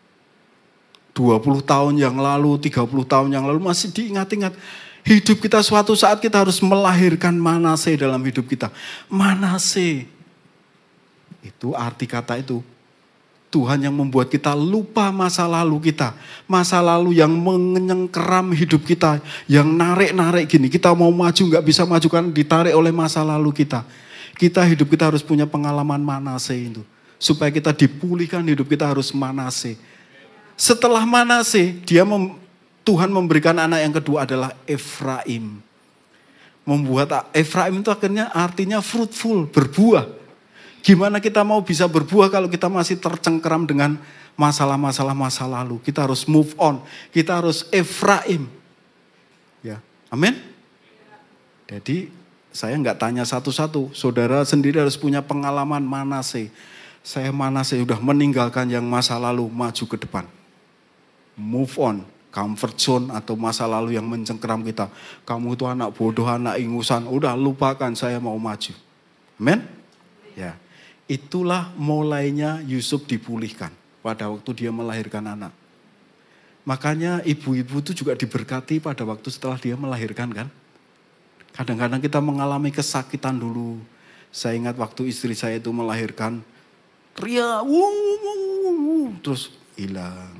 20 tahun yang lalu, 30 tahun yang lalu masih diingat-ingat. Hidup kita suatu saat kita harus melahirkan Manase dalam hidup kita. Manase. Itu arti kata itu. Tuhan yang membuat kita lupa masa lalu kita. Masa lalu yang menyengkeram hidup kita. Yang narik-narik gini. Kita mau maju gak bisa maju kan ditarik oleh masa lalu kita. Hidup kita harus punya pengalaman Manase itu. Supaya kita dipulihkan hidup kita harus Manase. Setelah Manase Tuhan memberikan anak yang kedua adalah Efraim. Membuat Efraim itu akhirnya artinya fruitful, berbuah. Gimana kita mau bisa berbuah kalau kita masih tercengkeram dengan masalah-masalah masa lalu. Kita harus move on. Kita harus Efraim. Ya, amin. Jadi saya nggak tanya satu-satu. Saudara sendiri harus punya pengalaman Manase. Saya Manase udah meninggalkan yang masa lalu, maju ke depan. Move on. Comfort zone atau masa lalu yang mencengkeram kita. Kamu itu anak bodoh, anak ingusan. Udah lupakan, saya mau maju. Amen? Ya. Itulah mulainya Yusuf dipulihkan pada waktu dia melahirkan anak. Makanya ibu-ibu itu juga diberkati pada waktu setelah dia melahirkan kan. Kadang-kadang kita mengalami kesakitan dulu. Saya ingat waktu istri saya itu melahirkan. Teriak, terus hilang.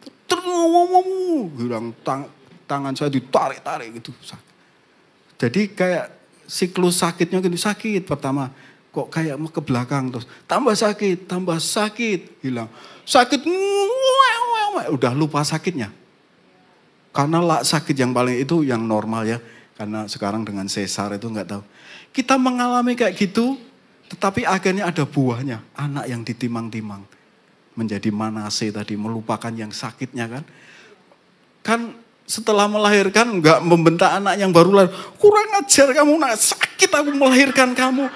Hilang tangan saya ditarik-tarik gitu. Jadi kayak siklus sakitnya gitu, sakit pertama kok kayak ke belakang terus tambah sakit, hilang. Sakit udah lupa sakitnya. Karena sakit yang paling itu yang normal ya. Karena sekarang dengan sesar itu enggak tahu. Kita mengalami kayak gitu, tetapi akhirnya ada buahnya, anak yang ditimang-timang. Menjadi Manase tadi, melupakan yang sakitnya kan. Kan setelah melahirkan enggak membentak anak yang baru lahir. Kurang ajar kamu, nak sakit aku melahirkan kamu.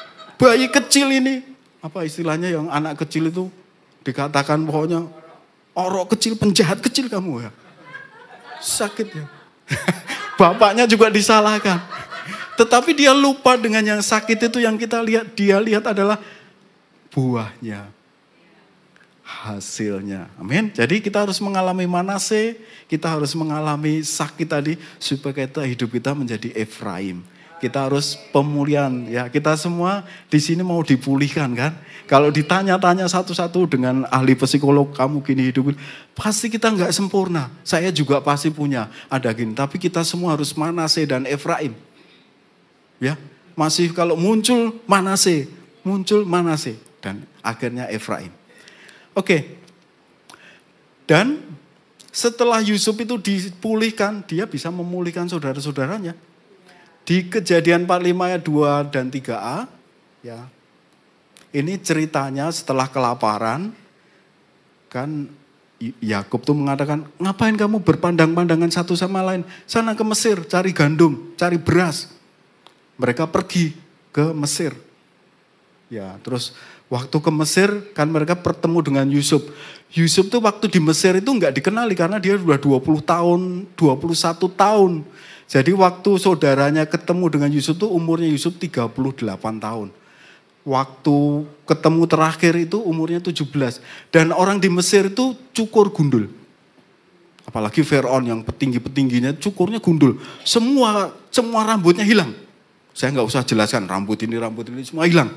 Bayi kecil ini, apa istilahnya yang anak kecil itu dikatakan pokoknya Orok kecil, penjahat kecil kamu ya. Sakit ya. Bapaknya juga disalahkan. Tetapi dia lupa dengan yang sakit itu yang kita lihat. Dia lihat adalah buahnya. Hasilnya. Amin. Jadi kita harus mengalami Manase. Kita harus mengalami sakit tadi. Supaya hidup kita menjadi Efraim. Kita harus pemulihan. Ya, kita semua di sini mau dipulihkan kan. Kalau ditanya-tanya satu-satu dengan ahli psikolog, kamu gini hidup, pasti kita nggak sempurna. Saya juga pasti punya, ada gini. Tapi kita semua harus Manase dan Efraim. Ya, masih kalau muncul Manase dan akhirnya Efraim. Oke. Dan setelah Yusuf itu dipulihkan, dia bisa memulihkan saudara-saudaranya. Di Kejadian 45 ayat 2 dan 3a, ya. Ini ceritanya setelah kelaparan, kan Yakub tuh mengatakan, ngapain kamu berpandang-pandangan satu sama lain? Sana ke Mesir, cari gandum, cari beras. Mereka pergi ke Mesir. Ya, terus waktu ke Mesir, kan mereka bertemu dengan Yusuf. Yusuf tuh waktu di Mesir itu nggak dikenali karena dia udah 20 tahun, 21 tahun. Jadi waktu saudaranya ketemu dengan Yusuf tuh umurnya Yusuf 38 tahun. Waktu ketemu terakhir itu umurnya 17. Dan orang di Mesir itu cukur gundul. Apalagi Firaun yang petinggi-petingginya cukurnya gundul. Semua rambutnya hilang. Saya nggak usah jelaskan rambut ini semua hilang.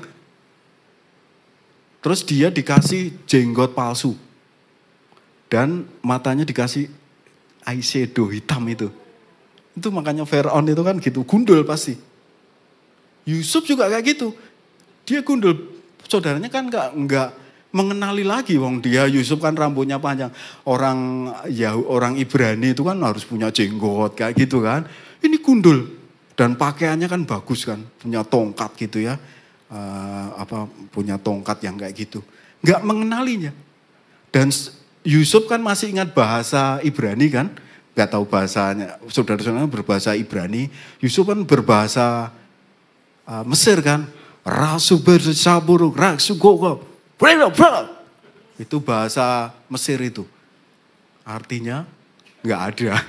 Terus dia dikasih jenggot palsu. Dan matanya dikasih eyeshadow hitam itu. Itu makanya Firaun itu kan gitu, gundul pasti. Yusuf juga kayak gitu. Dia gundul, saudaranya kan enggak mengenali lagi, wong dia Yusuf kan rambutnya panjang. Orang Ibrani itu kan harus punya jenggot kayak gitu kan. Ini gundul dan pakaiannya kan bagus kan, punya tongkat gitu ya. Punya tongkat yang kayak gitu. Enggak mengenalinya. Dan Yusuf kan masih ingat bahasa Ibrani kan, enggak tahu bahasanya. Saudara-saudara berbahasa Ibrani, Yusuf kan berbahasa Mesir kan. Rasu bersaburu, raksu gogo, itu bahasa Mesir itu. Artinya nggak ada.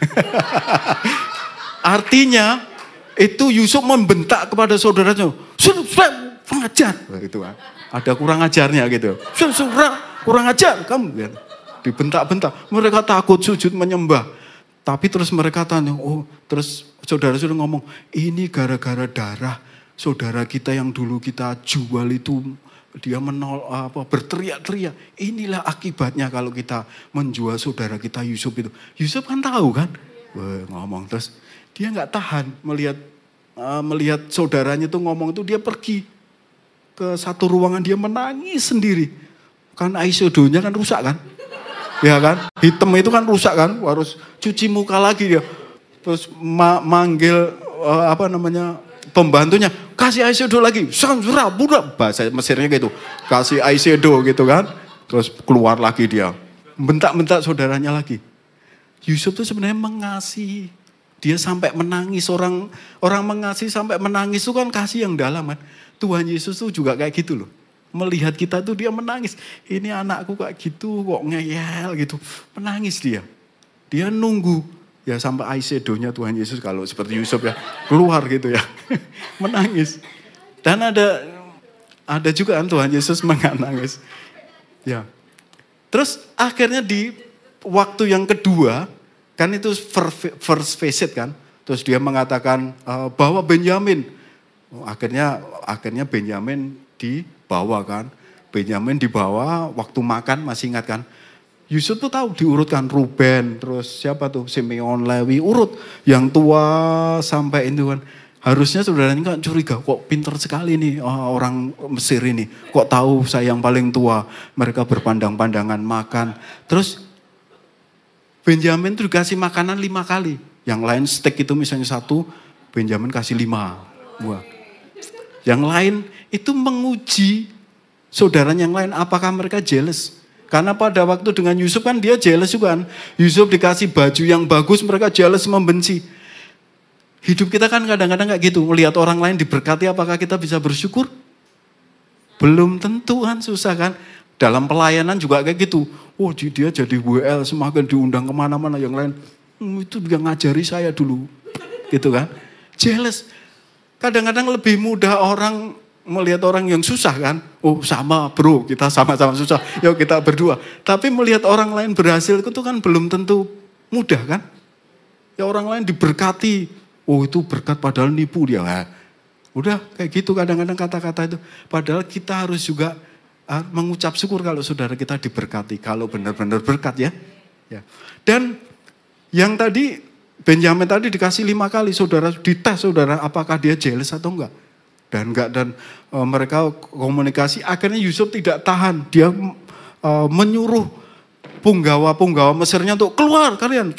Artinya itu Yusuf membentak kepada saudaranya, pengajar, itu kan. Ada kurang ajarnya gitu. Kurang ajar kamu, dibentak-bentak. Mereka takut sujud menyembah. Tapi terus mereka tanya, terus saudara-saudara ngomong, ini gara-gara darah. Saudara kita yang dulu kita jual itu dia berteriak-teriak. Inilah akibatnya kalau kita menjual saudara kita Yusuf itu. Yusuf kan tahu kan? Ngomong terus dia nggak tahan melihat saudaranya itu ngomong itu, dia pergi ke satu ruangan, dia menangis sendiri. Kan eyeshadow-nya kan rusak kan? Ya kan? Hitam itu kan rusak kan? Harus cuci muka lagi dia. Terus manggil pembantunya, kasih eyeshadow lagi, bahasa Mesirnya gitu, kasih eyeshadow gitu kan, terus keluar lagi dia, bentak-bentak saudaranya lagi. Yusuf tuh sebenarnya mengasihi, dia sampai menangis, orang mengasihi sampai menangis itu kan kasih yang dalam kan. Tuhan Yesus tuh juga kayak gitu loh, melihat kita tuh dia menangis, ini anakku kayak gitu kok ngeyel gitu, menangis dia nunggu. Ya sampai eyeshadow-nya Tuhan Yesus kalau seperti Yusuf ya keluar gitu ya. Menangis. Dan ada juga kan Tuhan Yesus menangis. Ya. Terus akhirnya di waktu yang kedua kan itu first visit kan. Terus dia mengatakan bahwa Benyamin. Akhirnya Benyamin dibawa kan. Benyamin dibawa waktu makan, masih ingat kan? Yusuf tuh tahu diurutkan Ruben, terus siapa tuh Simeon, Lewi, urut yang tua sampai itu kan. Harusnya saudaranya kan curiga, kok pinter sekali nih orang Mesir ini. Kok tahu saya yang paling tua, mereka berpandang-pandangan makan. Terus Benjamin tuh dikasih makanan 5 kali. Yang lain steak itu misalnya 1, Benjamin kasih 5 buah. Yang lain itu menguji saudaranya yang lain, apakah mereka jealous. Karena pada waktu dengan Yusuf kan dia jealous juga kan. Yusuf dikasih baju yang bagus, mereka jealous, membenci. Hidup kita kan kadang-kadang kayak gitu. Melihat orang lain diberkati, apakah kita bisa bersyukur? Belum tentu kan, susah kan. dalam pelayanan juga kayak gitu. Oh dia jadi WL semakin diundang kemana-mana, yang lain itu dia ngajari saya dulu. Gitu kan. Jealous. Kadang-kadang lebih mudah orang melihat orang yang susah kan. Oh sama bro, kita sama-sama susah. Yuk kita berdua. Tapi melihat orang lain berhasil itu kan belum tentu mudah kan. Ya orang lain diberkati. Oh itu berkat padahal nipu dia. Nah, udah kayak gitu kadang-kadang kata-kata itu. Padahal kita harus juga mengucap syukur kalau saudara kita diberkati. Kalau benar-benar berkat ya. Dan yang tadi Benjamin tadi dikasih 5 kali, saudara dites saudara apakah dia jealous atau enggak. Dan mereka komunikasi, akhirnya Yusuf tidak tahan. Dia menyuruh punggawa Mesirnya untuk keluar kalian.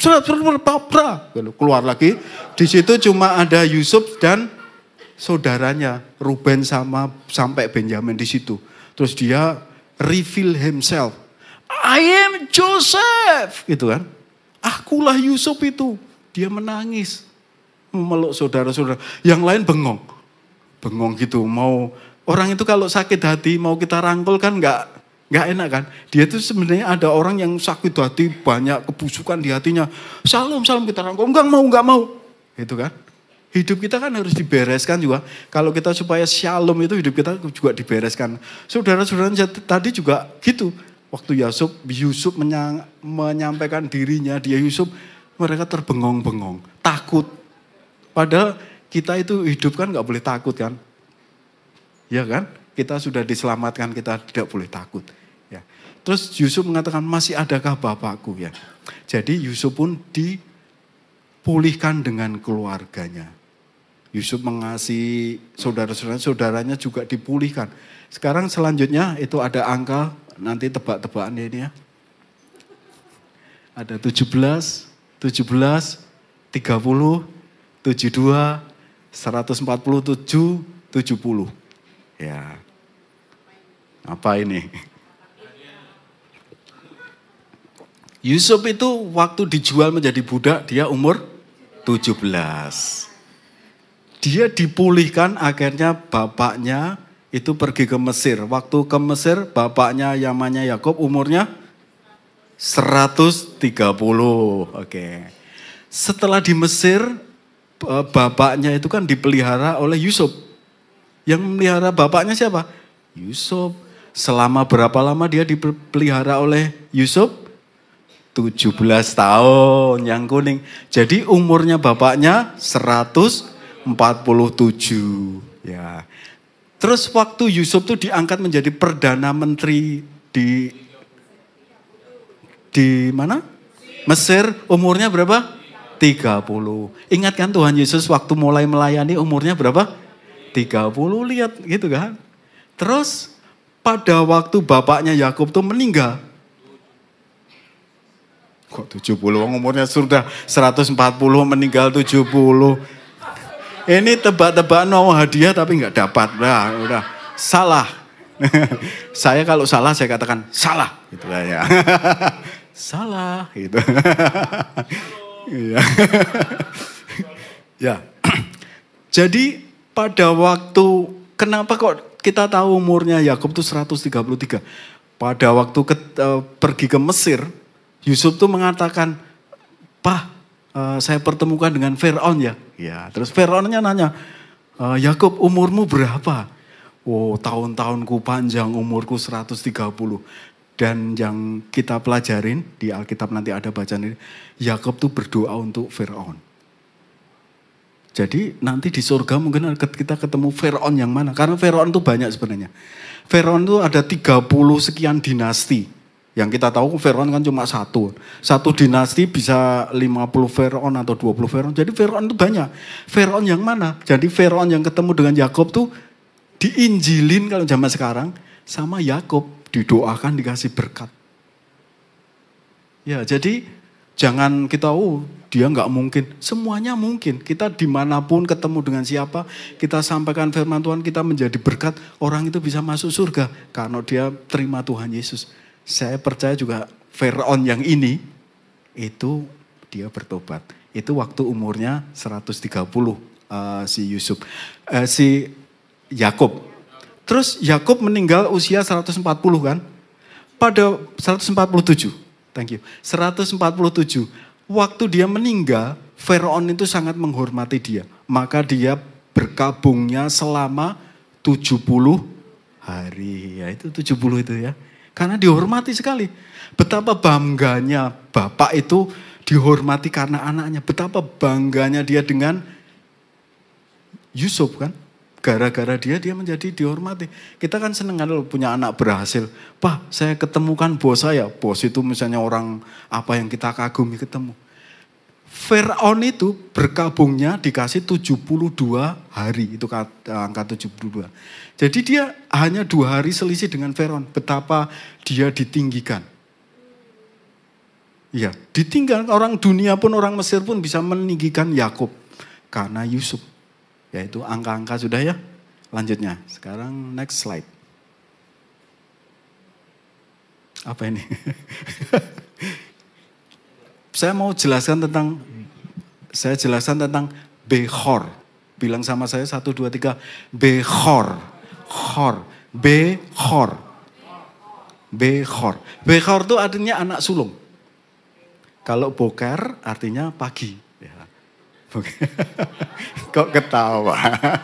Keluar lagi. Di situ cuma ada Yusuf dan saudaranya Ruben sampai Benjamin di situ. Terus dia reveal himself. I am Joseph. Gitu kan. Akulah Yusuf itu. Dia menangis, memeluk saudara-saudara. Yang lain bengong gitu. Mau orang itu kalau sakit hati mau kita rangkul kan nggak enak kan. Dia itu sebenarnya ada orang yang sakit hati, banyak kebusukan di hatinya. Salam kita rangkul, enggak mau. Gitu kan. Hidup kita kan harus dibereskan juga. Kalau kita supaya shalom itu hidup kita juga dibereskan. Saudara-saudara tadi juga gitu. Waktu Yusuf menyampaikan dirinya, dia Yusuf, mereka terbengong-bengong, takut. Padahal kita itu hidup kan gak boleh takut kan. Ya kan? Kita sudah diselamatkan, kita tidak boleh takut. Ya. Terus Yusuf mengatakan, masih adakah bapakku ya. Jadi Yusuf pun dipulihkan dengan keluarganya. Yusuf mengasihi saudaranya juga dipulihkan. Sekarang selanjutnya itu ada angka, nanti tebak-tebakan ini ya. Ada 17, 30, 72, 147, 70. Ya. Apa ini? Yusuf itu waktu dijual menjadi budak, dia umur 17. Dia dipulihkan, akhirnya bapaknya itu pergi ke Mesir. Waktu ke Mesir, bapaknya namanya Yakub umurnya 130. Oke. Setelah di Mesir, bapaknya itu kan dipelihara oleh Yusuf. Yang melihara bapaknya siapa? Yusuf. Selama berapa lama dia dipelihara oleh Yusuf? 17 tahun, yang kuning. Jadi umurnya bapaknya 147. Ya. Terus waktu Yusuf tuh diangkat menjadi Perdana Menteri di mana? Mesir, umurnya berapa? 30. Ingat kan Tuhan Yesus waktu mulai melayani umurnya berapa? 30, lihat gitu kan. Terus pada waktu bapaknya Yakub tuh meninggal. Kok 70? Umurnya sudah 140, meninggal 70. Ini tebak-tebakan mau hadiah tapi nggak dapat. Nah, udah salah. Saya kalau salah saya katakan salah gitu ya. Salah gitu. Iya. Ya. Jadi pada waktu, kenapa kok kita tahu umurnya Yakub itu 133? Pada waktu pergi ke Mesir, Yusuf tuh mengatakan, "Pak, saya pertemukan dengan Firaun ya." Ya, terus Firaunnya nanya, "Yakub, umurmu berapa?" "Oh, tahun-tahunku panjang, umurku 130. Dan yang kita pelajarin di Alkitab nanti ada bacaan ini, Yakub tuh berdoa untuk Firaun. Jadi nanti di surga mungkin kita ketemu Firaun yang mana? Karena Firaun tuh banyak sebenarnya. Firaun tuh ada 30 sekian dinasti. Yang kita tahu Firaun kan cuma satu. Satu dinasti bisa 50 Firaun atau 20 Firaun. Jadi Firaun itu banyak. Firaun yang mana? Jadi Firaun yang ketemu dengan Yakub tuh diinjilin kalau zaman sekarang sama Yakub, didoakan dikasih berkat. Ya, jadi jangan kita dia nggak mungkin. Semuanya mungkin. Kita dimanapun ketemu dengan siapa, kita sampaikan firman Tuhan, kita menjadi berkat, orang itu bisa masuk surga karena dia terima Tuhan Yesus. Saya percaya juga Firaun yang ini itu dia bertobat. Itu waktu umurnya 130 si Yakub. Terus Yakub meninggal usia 140 kan. pada 147. Thank you. 147. Waktu dia meninggal, Firaun itu sangat menghormati dia. Maka dia berkabungnya selama 70 hari. Ya itu 70 itu ya. Karena dihormati sekali. Betapa bangganya bapak itu dihormati karena anaknya. Betapa bangganya dia dengan Yusuf kan. Gara-gara dia menjadi dihormati. Kita kan seneng kalau punya anak berhasil. Pak, saya ketemukan bos saya. Bos itu misalnya orang apa yang kita kagumi ketemu. Firaun itu berkabungnya dikasih 72 hari. Itu angka 72. Jadi dia hanya 2 hari selisih dengan Firaun. Betapa dia ditinggikan. Ya, ditinggal orang dunia pun, orang Mesir pun bisa meninggikan Yakub. Karena Yusuf. Yaitu angka-angka sudah ya. Lanjutnya. Sekarang next slide. Apa ini? Saya jelaskan tentang Bechor. Bilang sama saya 1, 2, 3. Bechor. Bechor. Itu artinya anak sulung. Kalau boker artinya pagi. Kok ketawa?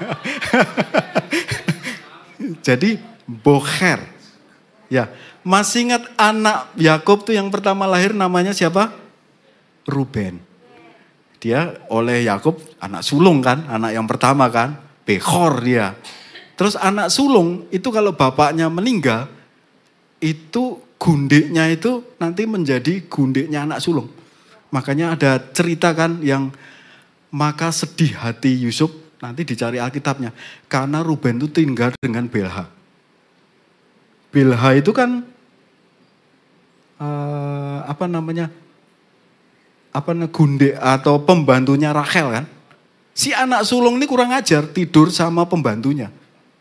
Jadi boker. Ya, masih ingat anak Yakub tuh yang pertama lahir namanya siapa? Ruben. Dia oleh Yakub anak sulung kan, anak yang pertama kan, Bechor dia. Terus anak sulung itu kalau bapaknya meninggal, itu gundiknya itu nanti menjadi gundiknya anak sulung. Makanya ada cerita kan yang maka sedih hati Yusuf, nanti dicari Alkitabnya. Karena Ruben itu tinggal dengan Bilha. Bilha itu kan gundik atau pembantunya Rachel kan. Si anak sulung ini kurang ajar, tidur sama pembantunya.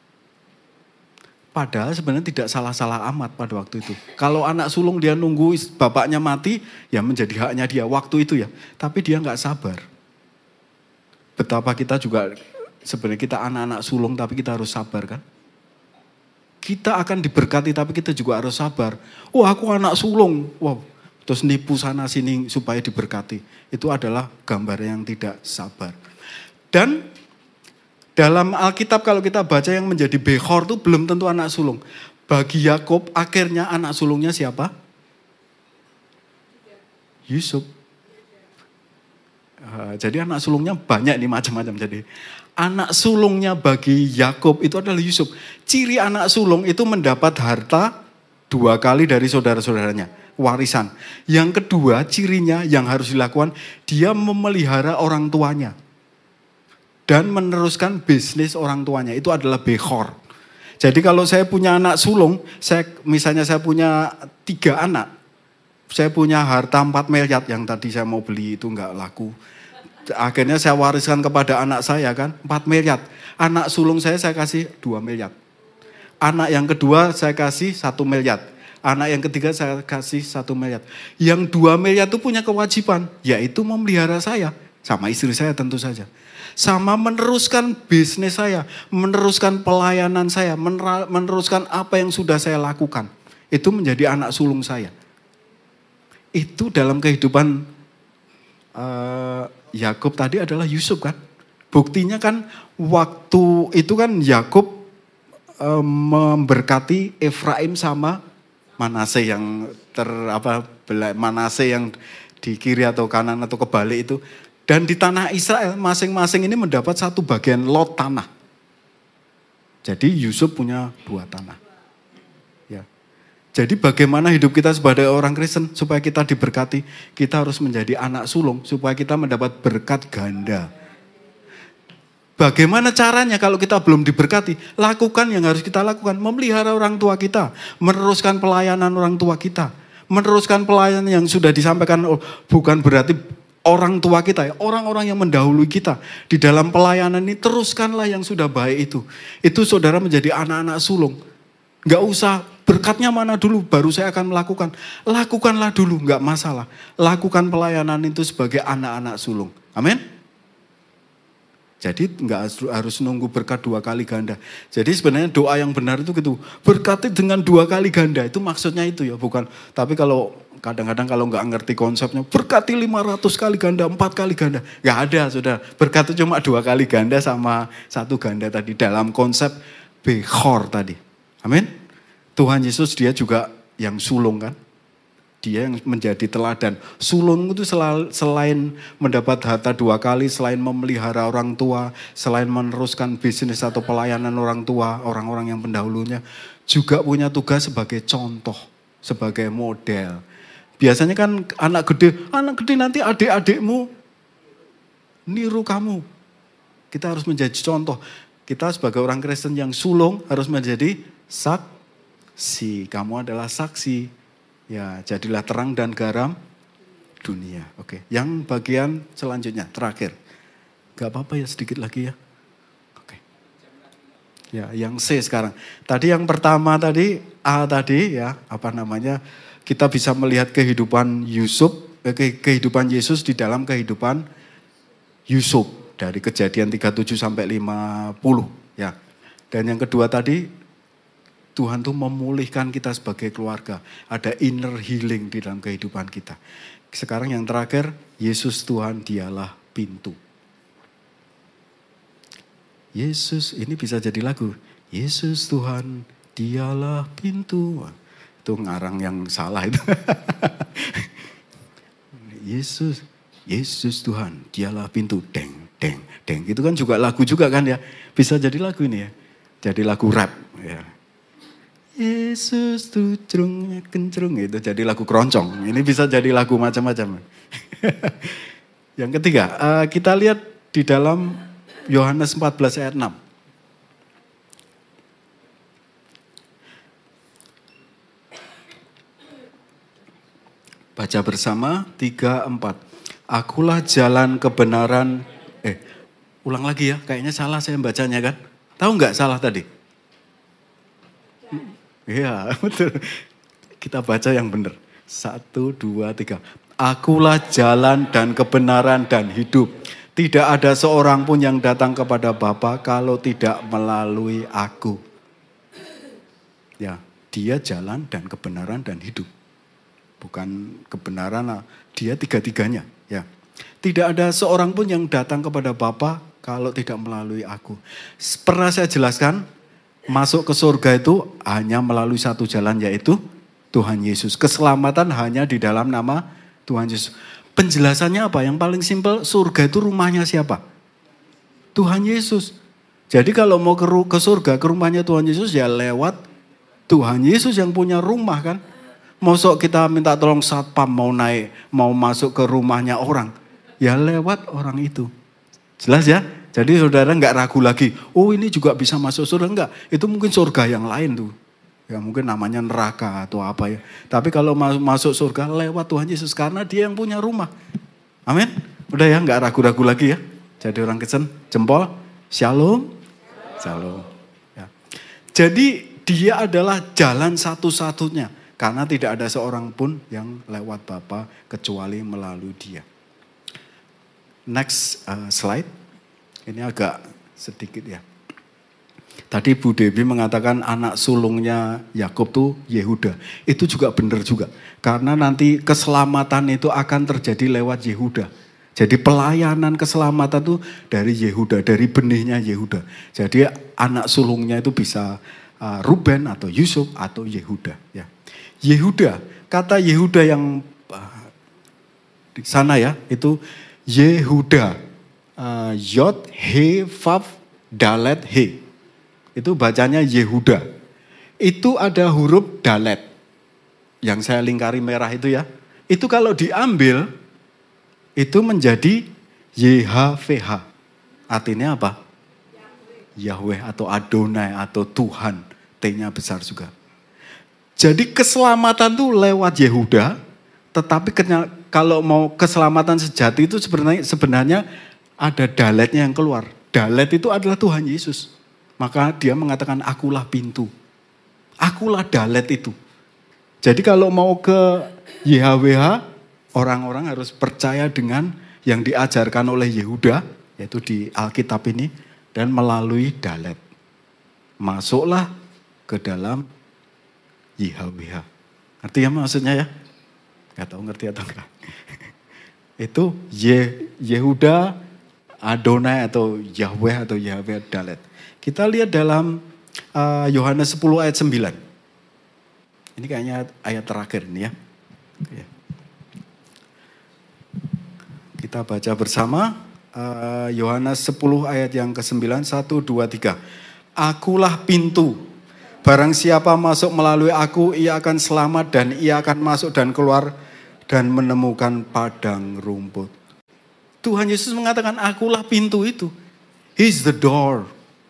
Padahal sebenarnya tidak salah-salah amat pada waktu itu. Kalau anak sulung dia nunggu bapaknya mati, ya menjadi haknya dia waktu itu ya. Tapi dia nggak sabar. Betapa kita juga, sebenarnya kita anak-anak sulung tapi kita harus sabar kan. Kita akan diberkati tapi kita juga harus sabar. Wah aku anak sulung, wow. Terus nipu sana sini supaya diberkati. Itu adalah gambar yang tidak sabar. Dan dalam Alkitab kalau kita baca yang menjadi Bechor itu belum tentu anak sulung. Bagi Yakub akhirnya anak sulungnya siapa? Yusuf. Jadi anak sulungnya banyak nih macam-macam. Jadi anak sulungnya bagi Yakub itu adalah Yusuf. Ciri anak sulung itu mendapat harta 2 kali dari saudara-saudaranya. Warisan. Yang kedua cirinya yang harus dilakukan, dia memelihara orang tuanya. Dan meneruskan bisnis orang tuanya. Itu adalah Bechor. Jadi kalau saya punya anak sulung, misalnya saya punya 3 anak. Saya punya harta 4 miliar yang tadi saya mau beli itu enggak laku. Akhirnya saya wariskan kepada anak saya kan 4 miliar. Anak sulung saya kasih 2 miliar. Anak yang kedua saya kasih 1 miliar. Anak yang ketiga saya kasih 1 miliar. Yang 2 miliar itu punya kewajiban, yaitu memelihara saya. Sama istri saya tentu saja. Sama meneruskan bisnis saya, meneruskan pelayanan saya, meneruskan apa yang sudah saya lakukan. Itu menjadi anak sulung saya. Itu dalam kehidupan Yakub tadi adalah Yusuf kan. Buktinya kan waktu itu kan Yakub memberkati Efraim sama Manase yang Manase yang di kiri atau kanan atau kebalik itu. Dan di tanah Israel masing-masing ini mendapat 1 bagian lot tanah. Jadi Yusuf punya 2 tanah. Ya. Jadi bagaimana hidup kita sebagai orang Kristen supaya kita diberkati? Kita harus menjadi anak sulung supaya kita mendapat berkat ganda. Bagaimana caranya kalau kita belum diberkati? Lakukan yang harus kita lakukan. Memelihara orang tua kita. Meneruskan pelayanan orang tua kita. Meneruskan pelayanan yang sudah disampaikan. Bukan berarti orang tua kita ya. Orang-orang yang mendahului kita. Di dalam pelayanan ini teruskanlah yang sudah baik itu. Itu saudara menjadi anak-anak sulung. Gak usah berkatnya mana dulu baru saya akan melakukan. Lakukanlah dulu gak masalah. Lakukan pelayanan itu sebagai anak-anak sulung. Amin. Jadi nggak harus nunggu berkat 2 kali ganda. Jadi sebenarnya doa yang benar itu gitu. Berkati dengan 2 kali ganda. Itu maksudnya itu ya. Bukan. Tapi kalau kadang-kadang kalau nggak ngerti konsepnya. Berkati 500 kali ganda, 4 kali ganda. Nggak ada sudah. Berkat itu cuma 2 kali ganda sama 1 ganda tadi. Dalam konsep Bechor tadi. Amin. Tuhan Yesus dia juga yang sulung kan. Dia yang menjadi teladan. Sulung itu selain mendapat harta 2 kali, selain memelihara orang tua, selain meneruskan bisnis atau pelayanan orang tua, orang-orang yang pendahulunya, juga punya tugas sebagai contoh, sebagai model. Biasanya kan anak gede nanti adik-adikmu niru kamu. Kita harus menjadi contoh. Kita sebagai orang Kristen yang sulung harus menjadi saksi. Kamu adalah saksi. Ya, jadilah terang dan garam dunia. Oke, yang bagian selanjutnya, terakhir. Gak apa-apa ya, sedikit lagi ya. Oke. Ya, yang C sekarang. Tadi yang pertama tadi, A tadi ya, apa namanya, kita bisa melihat kehidupan kehidupan Yesus di dalam kehidupan Yusuf. Dari Kejadian 37 sampai 50. Ya. Dan yang kedua tadi, Tuhan tuh memulihkan kita sebagai keluarga. Ada inner healing di dalam kehidupan kita. Sekarang yang terakhir, Yesus Tuhan dialah pintu. Yesus, ini bisa jadi lagu. Yesus Tuhan dialah pintu. Itu ngarang yang salah itu. Yesus Tuhan dialah pintu. Deng, deng, deng. Itu kan juga lagu juga kan ya. Bisa jadi lagu ini ya. Jadi lagu rap ya. Yesus tuh kencrung itu jadi lagu keroncong. Ini bisa jadi lagu macam-macam. Yang ketiga, kita lihat di dalam Yohanes 14 ayat 6. Baca bersama 3, 4. Akulah jalan kebenaran. Ulang lagi ya, kayaknya salah saya bacanya kan. Tahu nggak salah tadi? Iya, betul. Kita baca yang benar. 1, 2, 3. Akulah jalan dan kebenaran dan hidup. Tidak ada seorang pun yang datang kepada Bapa kalau tidak melalui aku. Ya, dia jalan dan kebenaran dan hidup. Bukan kebenaran, dia tiga-tiganya. Ya. Tidak ada seorang pun yang datang kepada Bapa kalau tidak melalui aku. Pernah saya jelaskan, masuk ke surga itu hanya melalui satu jalan, yaitu Tuhan Yesus. Keselamatan hanya di dalam nama Tuhan Yesus. Penjelasannya apa? Yang paling simpel, surga itu rumahnya siapa? Tuhan Yesus. Jadi kalau mau ke surga, ke rumahnya Tuhan Yesus, ya lewat Tuhan Yesus yang punya rumah kan. Mosok kita minta tolong satpam mau naik, mau masuk ke rumahnya orang. Ya lewat orang itu. Jelas ya? Jadi saudara nggak ragu lagi, oh ini juga bisa masuk surga, enggak. Itu mungkin surga yang lain tuh. Ya mungkin namanya neraka atau apa ya. Tapi kalau masuk surga lewat Tuhan Yesus karena dia yang punya rumah. Amin. Udah ya nggak ragu-ragu lagi ya. Jadi orang Kristen jempol, shalom. Shalom. Ya. Jadi dia adalah jalan satu-satunya. Karena tidak ada seorang pun yang lewat Bapa kecuali melalui dia. Next slide. Ini agak sedikit ya. Tadi Bu Devi mengatakan anak sulungnya Yakub tuh Yehuda. Itu juga benar juga. Karena nanti keselamatan itu akan terjadi lewat Yehuda. Jadi pelayanan keselamatan tuh dari Yehuda, dari benihnya Yehuda. Jadi anak sulungnya itu bisa Ruben atau Yusuf atau Yehuda. Ya. Yehuda, kata Yehuda yang di sana ya, itu Yehuda. Yod, He, Vav, Dalet, He. Itu bacanya Yehuda. Itu ada huruf Dalet. Yang saya lingkari merah itu ya. Itu kalau diambil, itu menjadi YHVH. Artinya apa? Yahweh atau Adonai atau Tuhan. T-nya besar juga. Jadi keselamatan itu lewat Yehuda. Tetapi kalau mau keselamatan sejati itu sebenarnya ada daletnya yang keluar. Dalet itu adalah Tuhan Yesus. Maka dia mengatakan akulah pintu. Akulah dalet itu. Jadi kalau mau ke YHWH, orang-orang harus percaya dengan yang diajarkan oleh Yehuda. yaitu di Alkitab ini, dan melalui Dalet. Masuklah ke dalam YHWH. Ngerti ya maksudnya ya? Gak tahu ngerti atau enggak. Itu Yehuda, Adonai atau Yahweh atau Yahweh Dalet. Kita lihat dalam Yohanes 10 ayat 9. Ini kayaknya ayat terakhir ini ya. Kita baca bersama Yohanes 10 ayat yang ke-9, 1, 2, 3. Akulah pintu. Barang siapa masuk melalui aku, ia akan selamat dan ia akan masuk dan keluar dan menemukan padang rumput. Tuhan Yesus mengatakan akulah pintu itu. He's the door.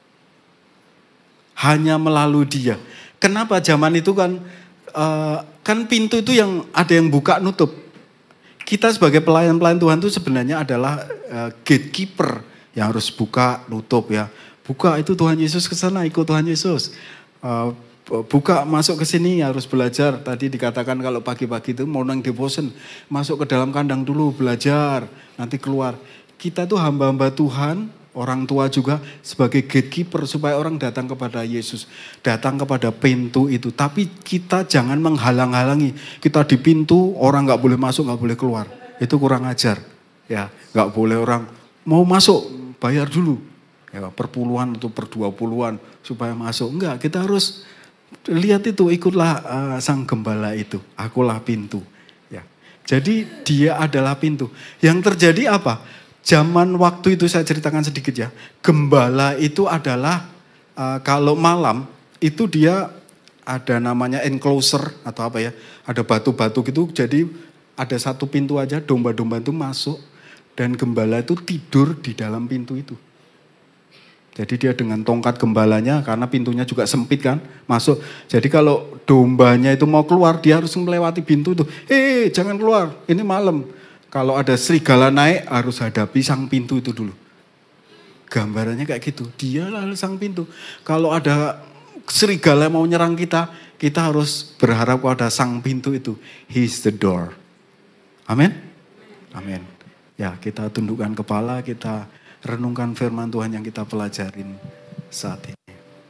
Hanya melalui dia. Kenapa zaman itu kan pintu itu yang ada yang buka nutup. Kita sebagai pelayan-pelayan Tuhan itu sebenarnya adalah gatekeeper yang harus buka nutup ya. Buka itu Tuhan Yesus ke sana, ikut Tuhan Yesus. Buka masuk ke sini harus belajar. Tadi dikatakan kalau pagi-pagi itu morning devotion, masuk ke dalam kandang dulu belajar, nanti keluar. Kita tuh hamba-hamba Tuhan, orang tua juga sebagai gatekeeper supaya orang datang kepada Yesus, datang kepada pintu itu. Tapi kita jangan menghalang-halangi. Kita di pintu, orang nggak boleh masuk, nggak boleh keluar. Itu kurang ajar. Ya, nggak boleh orang mau masuk bayar dulu. Ya, per puluhan atau per 20-an supaya masuk. Enggak, kita harus lihat itu, ikutlah sang gembala itu. Akulah pintu. Ya. Jadi dia adalah pintu. Yang terjadi apa? Zaman waktu itu saya ceritakan sedikit ya. Gembala itu adalah kalau malam itu dia ada namanya enclosure atau apa ya. Ada batu-batu gitu. Jadi ada satu pintu aja, domba-domba itu masuk. Dan gembala itu tidur di dalam pintu itu. Jadi dia dengan tongkat gembalanya, karena pintunya juga sempit kan, masuk. Jadi kalau dombanya itu mau keluar, dia harus melewati pintu itu. Jangan keluar, ini malam. Kalau ada serigala naik, harus hadapi sang pintu itu dulu. Gambarannya kayak gitu, dia lalu sang pintu. Kalau ada serigala mau nyerang kita, kita harus berharap pada sang pintu itu. He's the door. Amin? Amin. Ya, kita tundukkan kepala, kita renungkan firman Tuhan yang kita pelajarin saat ini.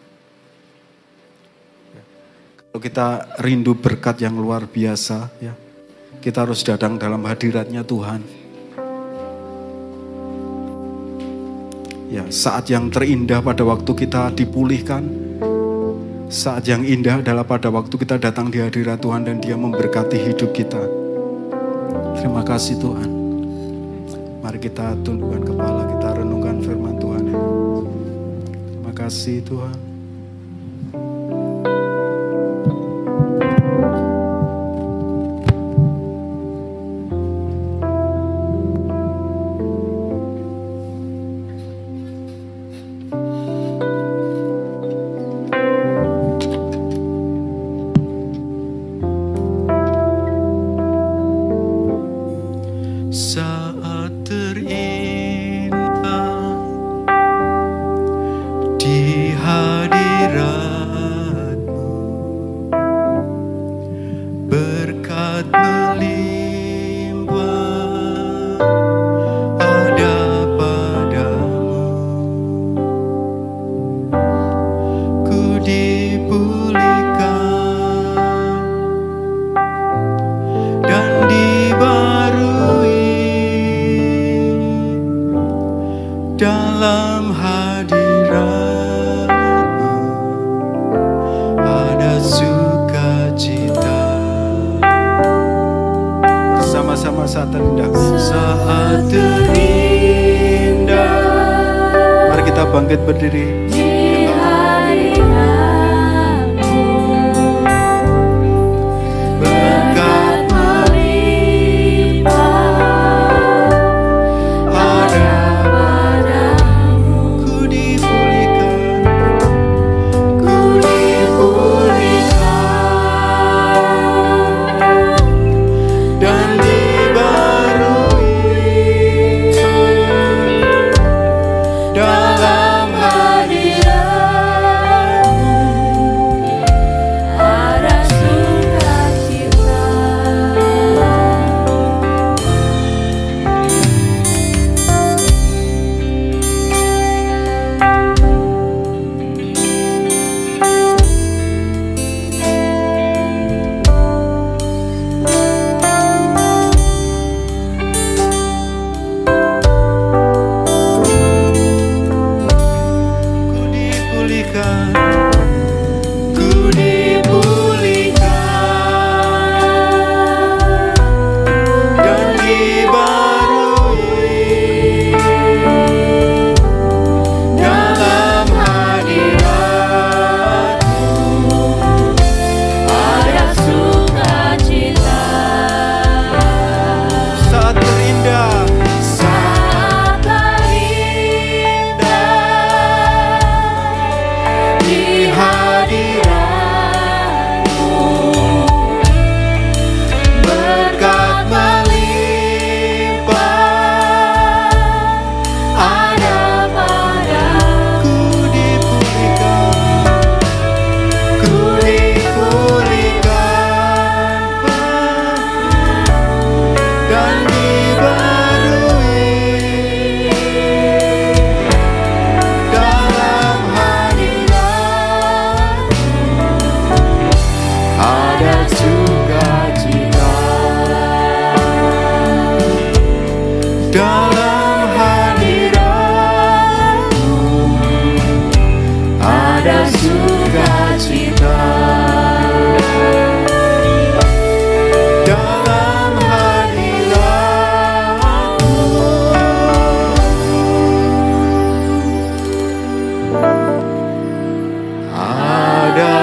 Kalau kita rindu berkat yang luar biasa, ya, kita harus datang dalam hadiratnya Tuhan. Ya, saat yang terindah pada waktu kita dipulihkan, saat yang indah adalah pada waktu kita datang di hadirat Tuhan dan Dia memberkati hidup kita. Terima kasih Tuhan. Mari kita tundukkan kepala, kita renungkan firman Tuhan. Terima kasih Tuhan. Bangkit berdiri. Dalam hadirat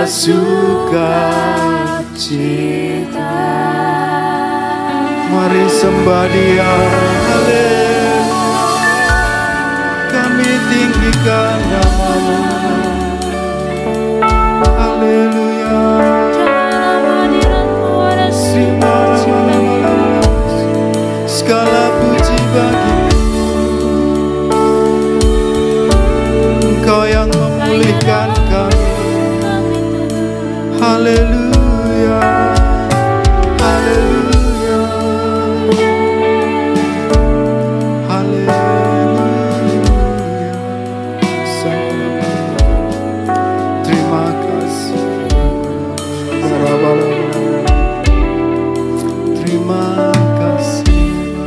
sukacita. Mari sembah Dia, kami tinggikan nama-Mu. Haleluya. Segala puji bagi-Mu. Engkau yang memulihkan kami. Haleluya. Haleluya. Terima kasih. Terima kasih.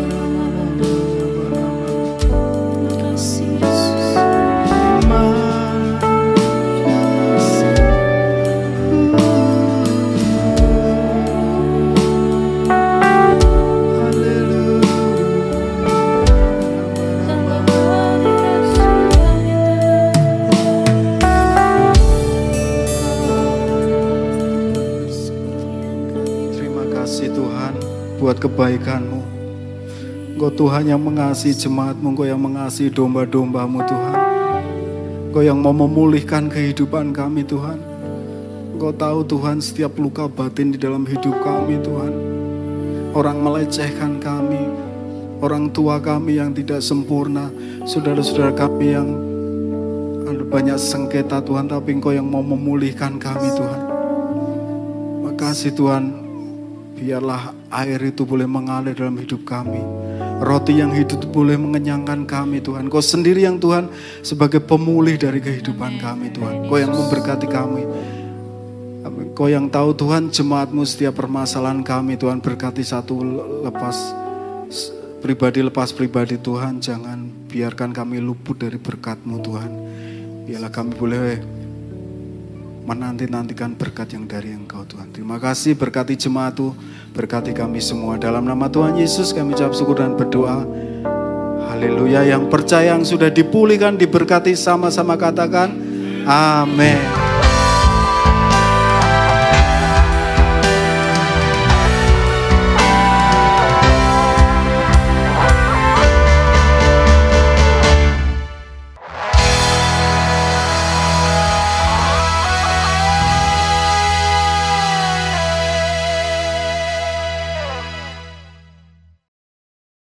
Buat kebaikan-Mu. Engkau Tuhan yang mengasihi jemaat-Mu, Engkau yang mengasihi domba-domba-Mu Tuhan. Engkau yang mau memulihkan kehidupan kami Tuhan. Engkau tahu Tuhan setiap luka batin di dalam hidup kami Tuhan. Orang melecehkan kami, orang tua kami yang tidak sempurna, saudara-saudara kami yang ada banyak sengketa Tuhan, tapi Engkau yang mau memulihkan kami Tuhan. Makasih Tuhan. Biarlah air itu boleh mengalir dalam hidup kami. Roti yang hidup boleh mengenyangkan kami Tuhan. Kau sendiri yang Tuhan sebagai pemulih dari kehidupan kami Tuhan. Kau yang memberkati kami. Kau yang tahu Tuhan jemaat-Mu setiap permasalahan kami Tuhan. Berkati satu lepas pribadi Tuhan. Jangan biarkan kami luput dari berkat-Mu Tuhan. Biarlah kami boleh menanti-nantikan berkat yang dari Engkau Tuhan. Terima kasih, berkati jemaat-Tu, berkati kami semua. Dalam nama Tuhan Yesus kami ucap syukur dan berdoa. Haleluya. Yang percaya yang sudah dipulihkan, diberkati, sama-sama katakan amin.